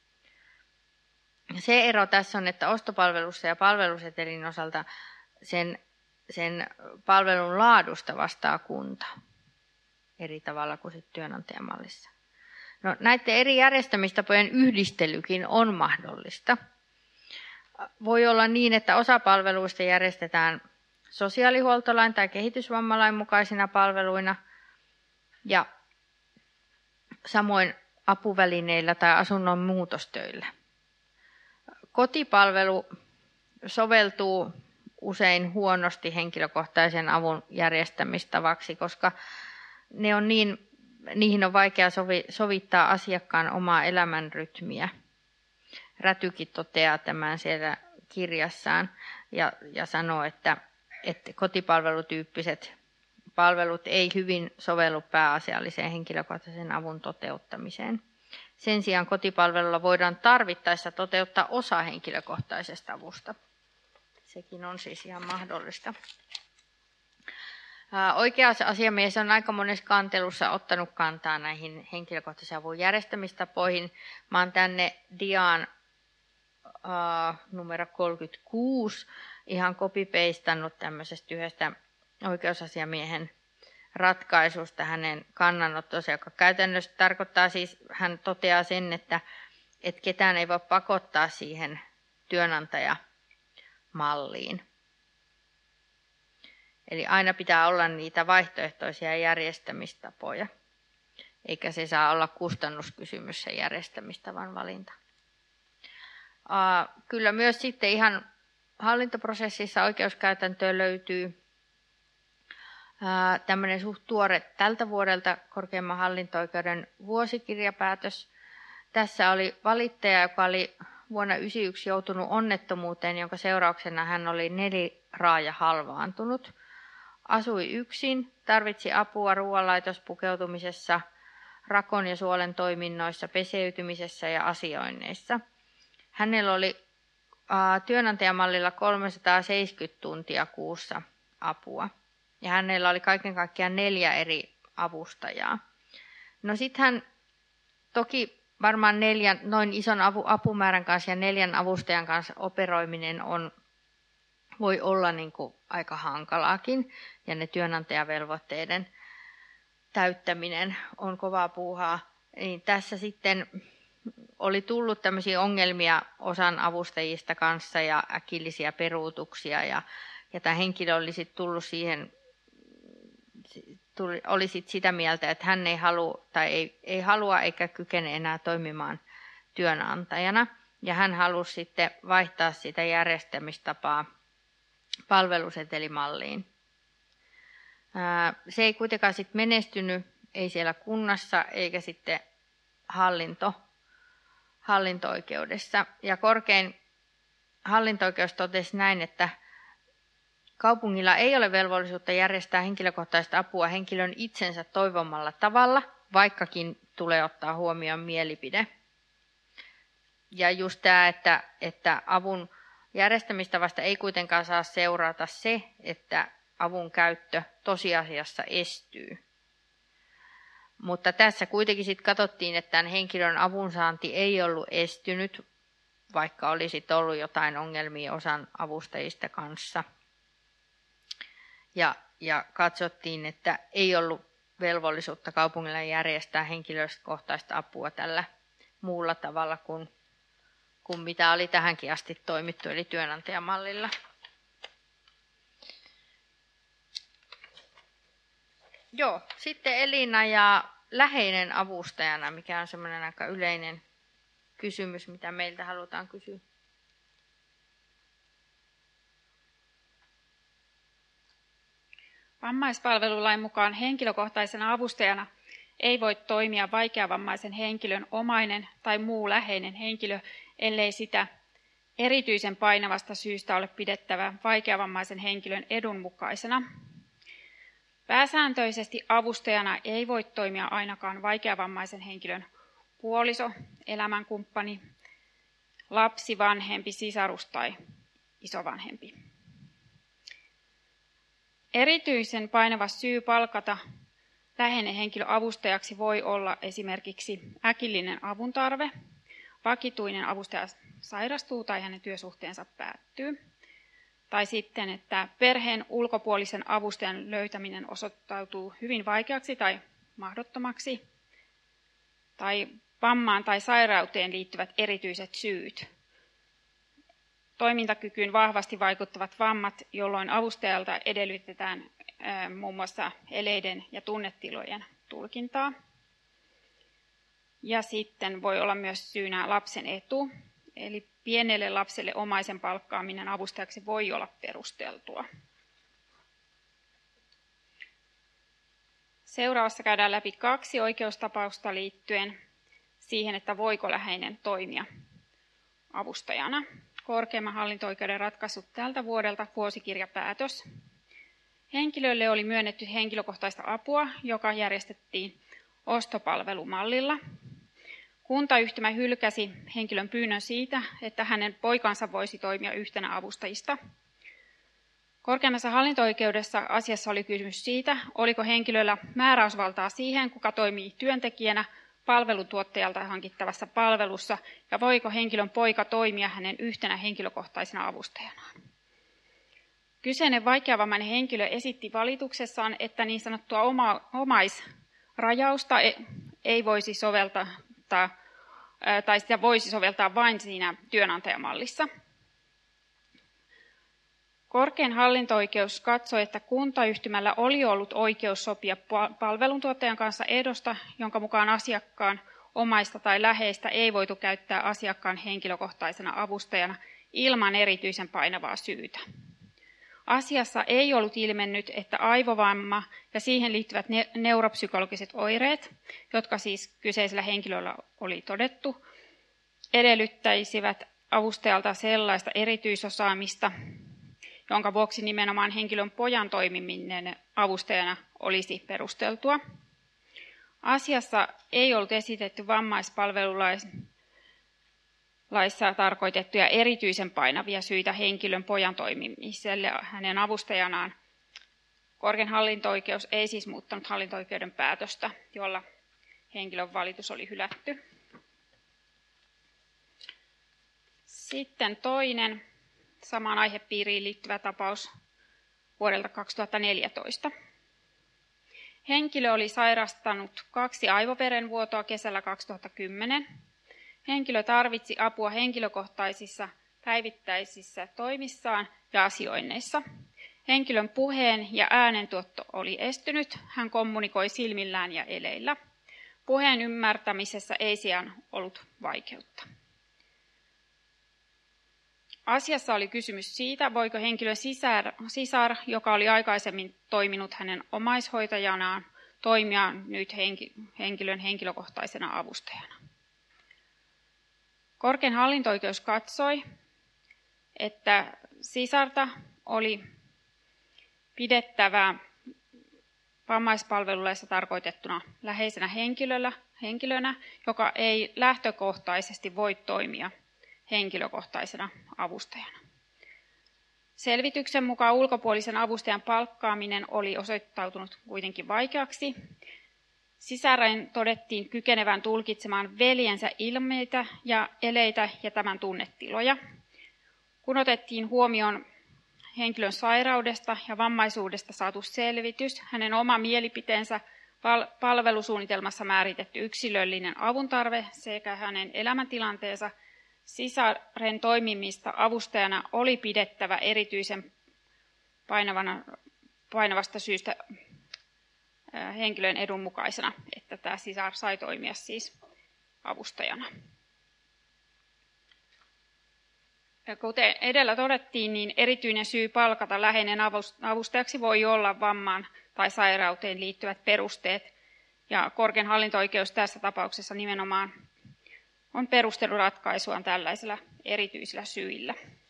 Se ero tässä on, että ostopalvelussa ja palvelusetelin osalta sen palvelun laadusta vastaa kunta eri tavalla kuin sitten työnantajamallissa. No, näiden eri järjestämistapojen yhdistelykin on mahdollista. Voi olla niin, että osa palveluista järjestetään sosiaalihuoltolain tai kehitysvammalain mukaisina palveluina ja samoin apuvälineillä tai asunnon muutostöillä. Kotipalvelu soveltuu usein huonosti henkilökohtaisen avun järjestämistavaksi, koska niihin on vaikea sovittaa asiakkaan omaa elämänrytmiä. Rätykin toteaa tämän siellä kirjassaan ja sanoo, että kotipalvelutyyppiset palvelut ei hyvin sovellu pääasialliseen henkilökohtaisen avun toteuttamiseen. Sen sijaan kotipalvelulla voidaan tarvittaessa toteuttaa osa henkilökohtaisesta avusta. Sekin on siis ihan mahdollista. Oikeusasiamies on aika monessa kantelussa ottanut kantaa näihin henkilökohtaisen avun järjestämistapoihin. Mä oon tänne diaan numero 36 ihan copy-pastannut tämmöisestä yhdestä oikeusasiamiehen ratkaisusta hänen kannanottonsa, joka käytännössä tarkoittaa siis, hän toteaa sen, että ketään ei voi pakottaa siihen työnantajamalliin. Eli aina pitää olla niitä vaihtoehtoisia järjestämistapoja, eikä se saa olla kustannuskysymys se järjestämistavan valinta. Kyllä myös sitten ihan hallintoprosessissa oikeuskäytäntöön löytyy tämmöinen suht tuore tältä vuodelta korkeimman hallinto-oikeuden vuosikirjapäätös. Tässä oli valittaja, joka oli vuonna 1991 joutunut onnettomuuteen, jonka seurauksena hän oli neliraaja halvaantunut. Asui yksin, tarvitsi apua ruoanlaitospukeutumisessa, rakon ja suolen toiminnoissa, peseytymisessä ja asioinneissa. Hänellä oli työnantajamallilla 370 tuntia kuussa apua. Ja hänellä oli kaiken kaikkiaan 4 eri avustajaa. No sitten hän toki varmaan 4 noin ison apumäärän kanssa ja 4 avustajan kanssa operoiminen voi olla niin kuin aika hankalaakin. Ja ne työnantajavelvoitteiden täyttäminen on kovaa puuhaa. Niin tässä sitten oli tullut tämmöisiä ongelmia osan avustajista kanssa ja äkillisiä peruutuksia. Ja tämä henkilö oli sitten tullut siihen, oli sit sitä mieltä, että hän ei halua eikä kykene enää toimimaan työnantajana. Ja hän halusi sitten vaihtaa sitä järjestämistapaa palvelusetelimalliin. Se ei kuitenkaan sitten menestynyt, ei siellä kunnassa eikä sitten hallinto-oikeudessa. Ja korkein hallinto-oikeus totesi näin, että kaupungilla ei ole velvollisuutta järjestää henkilökohtaista apua henkilön itsensä toivomalla tavalla, vaikkakin tulee ottaa huomioon mielipide. Ja just tämä, että avun järjestämistavasta ei kuitenkaan saa seurata se, että avun käyttö tosiasiassa estyy. Mutta tässä kuitenkin sitten katsottiin, että tämän henkilön avunsaanti ei ollut estynyt, vaikka olisi ollut jotain ongelmia osan avustajista kanssa. Ja katsottiin, että ei ollut velvollisuutta kaupungilla järjestää henkilökohtaista apua tällä muulla tavalla kuin mitä oli tähänkin asti toimittu, eli työnantajamallilla. Joo, sitten Elina ja läheinen avustajana, mikä on semmoinen aika yleinen kysymys, mitä meiltä halutaan kysyä. Vammaispalvelulain mukaan henkilökohtaisena avustajana ei voi toimia vaikeavammaisen henkilön omainen tai muu läheinen henkilö, ellei sitä erityisen painavasta syystä ole pidettävä vaikeavammaisen henkilön edun mukaisena. Pääsääntöisesti avustajana ei voi toimia ainakaan vaikeavammaisen henkilön puoliso, elämänkumppani, lapsi, vanhempi, sisarus tai isovanhempi. Erityisen painava syy palkata läheinen henkilö avustajaksi voi olla esimerkiksi äkillinen avuntarve, vakituinen avustaja sairastuu tai hänen työsuhteensa päättyy, tai sitten, että perheen ulkopuolisen avustajan löytäminen osoittautuu hyvin vaikeaksi tai mahdottomaksi, tai vammaan tai sairauteen liittyvät erityiset syyt. Toimintakykyyn vahvasti vaikuttavat vammat, jolloin avustajalta edellytetään muun muassa eleiden ja tunnetilojen tulkintaa. Ja sitten voi olla myös syynä lapsen etu, eli pienelle lapselle omaisen palkkaaminen avustajaksi voi olla perusteltua. Seuraavassa käydään läpi 2 oikeustapausta liittyen siihen, että voiko läheinen toimia avustajana. Korkeimman hallinto-oikeuden ratkaisut tältä vuodelta, vuosikirjapäätös. Henkilölle oli myönnetty henkilökohtaista apua, joka järjestettiin ostopalvelumallilla. Kuntayhtymä hylkäsi henkilön pyynnön siitä, että hänen poikansa voisi toimia yhtenä avustajista. Korkeimmassa hallinto-oikeudessa asiassa oli kysymys siitä, oliko henkilöllä määräysvaltaa siihen, kuka toimii työntekijänä palveluntuottajalta hankittavassa palvelussa, ja voiko henkilön poika toimia hänen yhtenä henkilökohtaisena avustajanaan. Kyseinen vaikeavammainen henkilö esitti valituksessaan, että niin sanottua omaisrajausta ei voisi soveltaa, tai sitä voisi soveltaa vain siinä työnantajamallissa. Korkein hallinto-oikeus katsoi, että kuntayhtymällä oli ollut oikeus sopia palveluntuottajan kanssa ehdosta, jonka mukaan asiakkaan omaista tai läheistä ei voitu käyttää asiakkaan henkilökohtaisena avustajana ilman erityisen painavaa syytä. Asiassa ei ollut ilmennyt, että aivovamma ja siihen liittyvät neuropsykologiset oireet, jotka siis kyseisellä henkilöllä oli todettu, edellyttäisivät avustajalta sellaista erityisosaamista, jonka vuoksi nimenomaan henkilön pojan toimiminen avustajana olisi perusteltua. Asiassa ei ollut esitetty vammaispalvelulaissa tarkoitettuja erityisen painavia syitä henkilön pojan toimimiselle hänen avustajanaan. Korkein hallinto-oikeus ei siis muuttanut hallinto-oikeuden päätöstä, jolla henkilön valitus oli hylätty. Sitten toinen samaan aihepiiriin liittyvä tapaus vuodelta 2014. Henkilö oli sairastanut 2 aivoverenvuotoa kesällä 2010. Henkilö tarvitsi apua henkilökohtaisissa päivittäisissä toimissaan ja asioinneissa. Henkilön puheen ja äänentuotto oli estynyt. Hän kommunikoi silmillään ja eleillä. Puheen ymmärtämisessä ei sijaan ollut vaikeutta. Asiassa oli kysymys siitä, voiko henkilön sisar, joka oli aikaisemmin toiminut hänen omaishoitajanaan, toimia nyt henkilön henkilökohtaisena avustajana. Korkein hallinto-oikeus katsoi, että sisarta oli pidettävä vammaispalvelulaissa tarkoitettuna läheisenä henkilönä, joka ei lähtökohtaisesti voi toimia henkilökohtaisena avustajana. Selvityksen mukaan ulkopuolisen avustajan palkkaaminen oli osoittautunut kuitenkin vaikeaksi. Sisaren todettiin kykenevän tulkitsemaan veljensä ilmeitä ja eleitä ja tämän tunnetiloja. Kun otettiin huomioon henkilön sairaudesta ja vammaisuudesta saatu selvitys, hänen oma mielipiteensä, palvelusuunnitelmassa määritetty yksilöllinen avuntarve sekä hänen elämäntilanteensa, sisaren toimimista avustajana oli pidettävä erityisen painavasta syystä henkilön edun mukaisena, että tämä sisar sai toimia siis avustajana. Ja kuten edellä todettiin, niin erityinen syy palkata läheinen avustajaksi voi olla vammaan tai sairauteen liittyvät perusteet. Ja korkein hallinto-oikeus tässä tapauksessa nimenomaan on perustellut ratkaisuaan tällaisilla erityisillä syillä.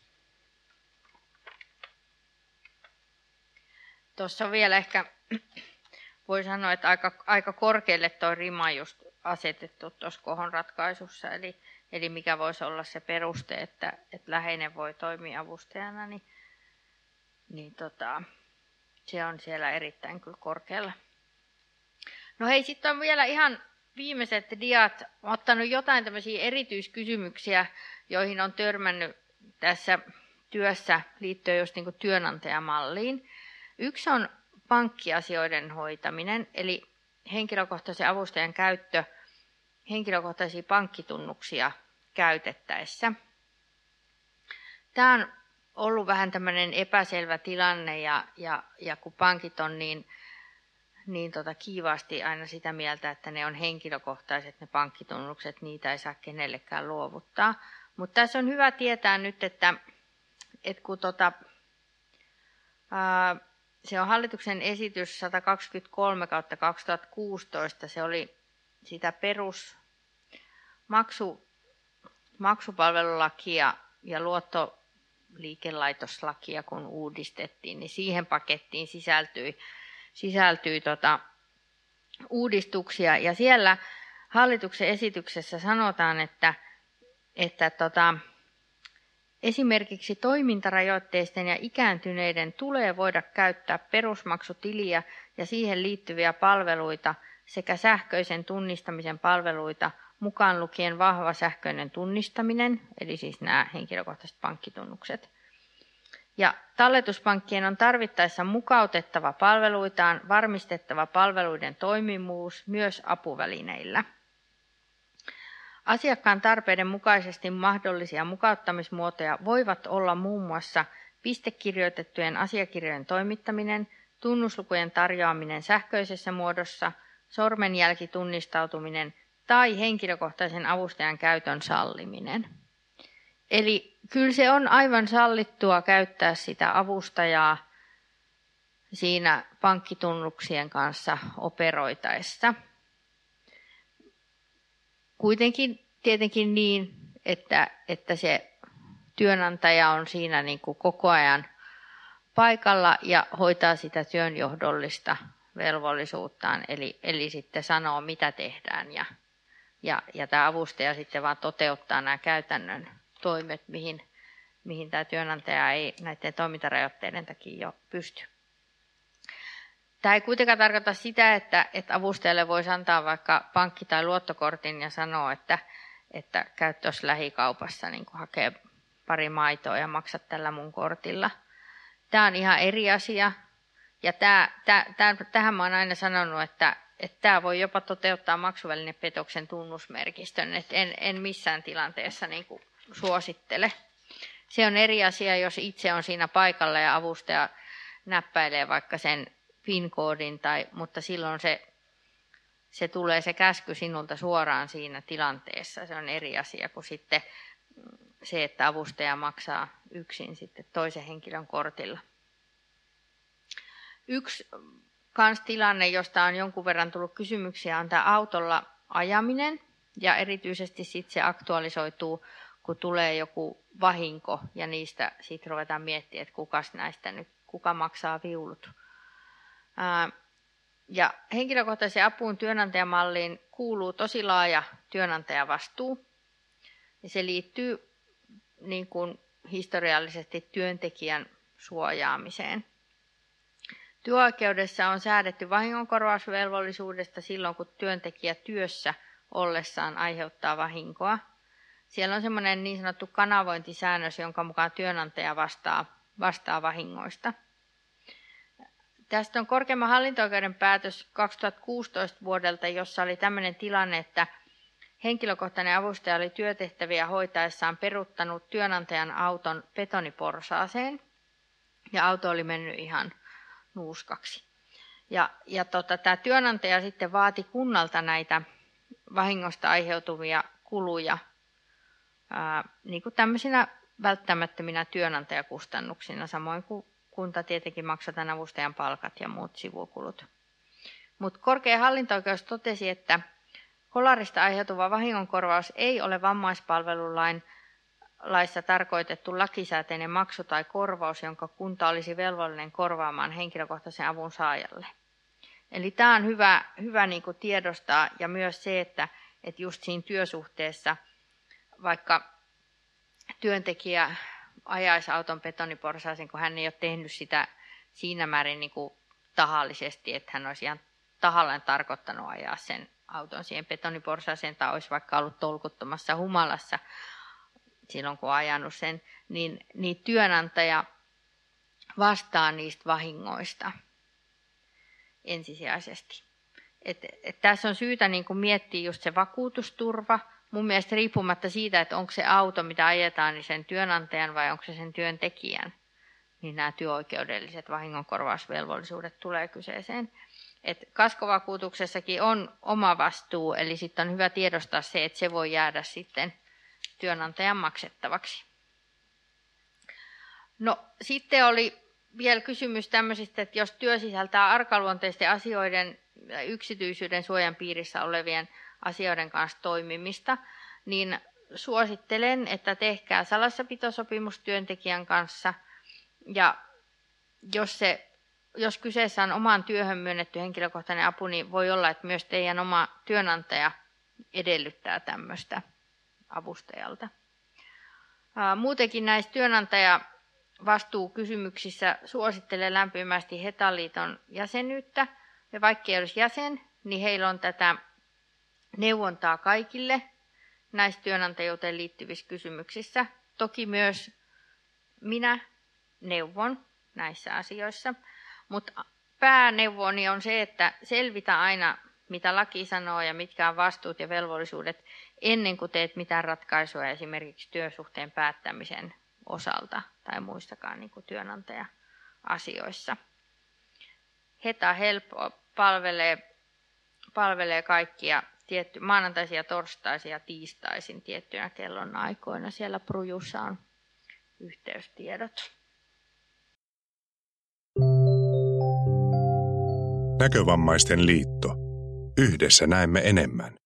Tuossa vielä ehkä voi sanoa, että aika korkealle tuo rima just asetettu tuossa KOHON ratkaisussa, eli mikä voisi olla se peruste, että läheinen voi toimia avustajana, niin se on siellä erittäin kyllä korkealla. No hei, sitten on vielä ihan viimeiset diat. Olen ottanut jotain tämmöisiä erityiskysymyksiä, joihin on törmännyt tässä työssä liittyen just niin kuin työnantajamalliin. Yksi on pankkiasioiden hoitaminen, eli henkilökohtaisen avustajan käyttö henkilökohtaisia pankkitunnuksia käytettäessä. Tämä on ollut vähän tämmöinen epäselvä tilanne, ja kun pankit on niin kiivaasti aina sitä mieltä, että ne on henkilökohtaiset ne pankkitunnukset, niitä ei saa kenellekään luovuttaa. Mutta tässä on hyvä tietää nyt, että kun se on hallituksen esitys 123/2016, se oli sitä maksupalvelulakia ja luottoliikelaitoslakia, kun uudistettiin, niin siihen pakettiin sisältyi uudistuksia. Ja siellä hallituksen esityksessä sanotaan, että esimerkiksi toimintarajoitteisten ja ikääntyneiden tulee voida käyttää perusmaksutiliä ja siihen liittyviä palveluita sekä sähköisen tunnistamisen palveluita, mukaan lukien vahva sähköinen tunnistaminen, eli siis nämä henkilökohtaiset pankkitunnukset. Ja talletuspankkien on tarvittaessa mukautettava palveluitaan, varmistettava palveluiden toimivuus myös apuvälineillä. Asiakkaan tarpeiden mukaisesti mahdollisia mukauttamismuotoja voivat olla muun muassa pistekirjoitettujen asiakirjojen toimittaminen, tunnuslukujen tarjoaminen sähköisessä muodossa, sormenjälkitunnistautuminen tai henkilökohtaisen avustajan käytön salliminen. Eli kyllä se on aivan sallittua käyttää sitä avustajaa siinä pankkitunnuksien kanssa operoitaessa. Kuitenkin tietenkin niin, että se työnantaja on siinä niin kuin koko ajan paikalla ja hoitaa sitä työnjohdollista velvollisuuttaan, eli sitten sanoo, mitä tehdään, ja tämä avustaja sitten vaan toteuttaa nämä käytännön toimet, mihin tämä työnantaja ei näiden toimintarajoitteiden takia jo pysty. Tämä ei kuitenkaan tarkoita sitä, että avustajalle voisi antaa vaikka pankki- tai luottokortin ja sanoa, että käy tuossa lähikaupassa niin hakee pari maitoa ja maksat tällä mun kortilla. Tämä on ihan eri asia. Ja tähän mä oon aina sanonut, että tämä voi jopa toteuttaa maksuvälinepetoksen tunnusmerkistön. Et en missään tilanteessa niin kuin suosittele. Se on eri asia, jos itse on siinä paikalla ja avustaja näppäilee vaikka sen PIN-koodin, mutta silloin se tulee se käsky sinulta suoraan siinä tilanteessa. Se on eri asia kuin se, että avustaja maksaa yksin sitten toisen henkilön kortilla. Yksi tilanne, josta on jonkun verran tullut kysymyksiä, on tämä autolla ajaminen. Ja erityisesti sitten se aktualisoituu, kun tulee joku vahinko ja niistä sitten ruvetaan miettimään, että kuka maksaa viulut. Ja henkilökohtaisen apuun työnantajamalliin kuuluu tosi laaja työnantajavastuu. Ja se liittyy niin kuin historiallisesti työntekijän suojaamiseen. Työoikeudessa on säädetty vahingonkorvausvelvollisuudesta silloin, kun työntekijä työssä ollessaan aiheuttaa vahinkoa. Siellä on semmoinen niin sanottu kanavointisäännös, jonka mukaan työnantaja vastaa vahingoista. Tästä on korkeimman hallinto-oikeuden päätös 2016 vuodelta, jossa oli tämmöinen tilanne, että henkilökohtainen avustaja oli työtehtäviä hoitaessaan peruuttanut työnantajan auton betoniporsaaseen ja auto oli mennyt ihan nuuskaksi. Tämä työnantaja sitten vaati kunnalta näitä vahingosta aiheutuvia kuluja niin kuin tämmöisinä välttämättöminä työnantajakustannuksina, samoin kuin kunta tietenkin maksaa tämän avustajan palkat ja muut sivukulut. Mutta korkein hallinto-oikeus totesi, että kolarista aiheutuva vahingonkorvaus ei ole vammaispalvelulaissa tarkoitettu lakisääteinen maksu tai korvaus, jonka kunta olisi velvollinen korvaamaan henkilökohtaisen avun saajalle. Eli tämä on hyvä niin kuin tiedostaa ja myös se, että just siinä työsuhteessa, vaikka työntekijä ajaisi auton betoniporsaaseen, kun hän ei ole tehnyt sitä siinä määrin niin kuin tahallisesti, että hän olisi ihan tahallaan tarkoittanut ajaa sen auton siihen betoniporsaaseen tai olisi vaikka ollut tolkuttomassa humalassa silloin, kun on ajanut sen, niin työnantaja vastaa niistä vahingoista ensisijaisesti. Tässä on syytä niin kuin miettiä just se vakuutusturva. Mun mielestä riippumatta siitä, että onko se auto, mitä ajetaan, niin sen työnantajan vai onko se sen työntekijän, niin nämä työoikeudelliset vahingonkorvausvelvollisuudet tulee kyseeseen. Kaskovakuutuksessakin on oma vastuu, eli sitten on hyvä tiedostaa se, että se voi jäädä sitten työnantajan maksettavaksi. No sitten oli vielä kysymys tämmöisistä, että jos työ sisältää arkaluonteisten asioiden ja yksityisyyden suojan piirissä olevien asioiden kanssa toimimista, niin suosittelen, että tehkää salassapitosopimus työntekijän kanssa. Ja jos kyseessä on omaan työhön myönnetty henkilökohtainen apu, niin voi olla, että myös teidän oma työnantaja edellyttää tämmöistä avustajalta. Muutenkin näissä työnantajavastuukysymyksissä suosittelen lämpimästi Hetaliiton jäsenyyttä. Ja vaikka ei olisi jäsen, niin heillä on tätä neuvontaa kaikille näissä työnantajuuteen liittyvissä kysymyksissä. Toki myös minä neuvon näissä asioissa, mutta pääneuvoni on se, että selvitä aina, mitä laki sanoo ja mitkä on vastuut ja velvollisuudet ennen kuin teet mitään ratkaisua esimerkiksi työsuhteen päättämisen osalta tai muistakaan niin kuin työnantaja-asioissa. Heta Help palvelee kaikkia maanantaisin ja torstaisin ja tiistaisin tiettyinä kellonaikoina. Siellä Prujussa on yhteystiedot. Näkövammaisten liitto. Yhdessä näemme enemmän.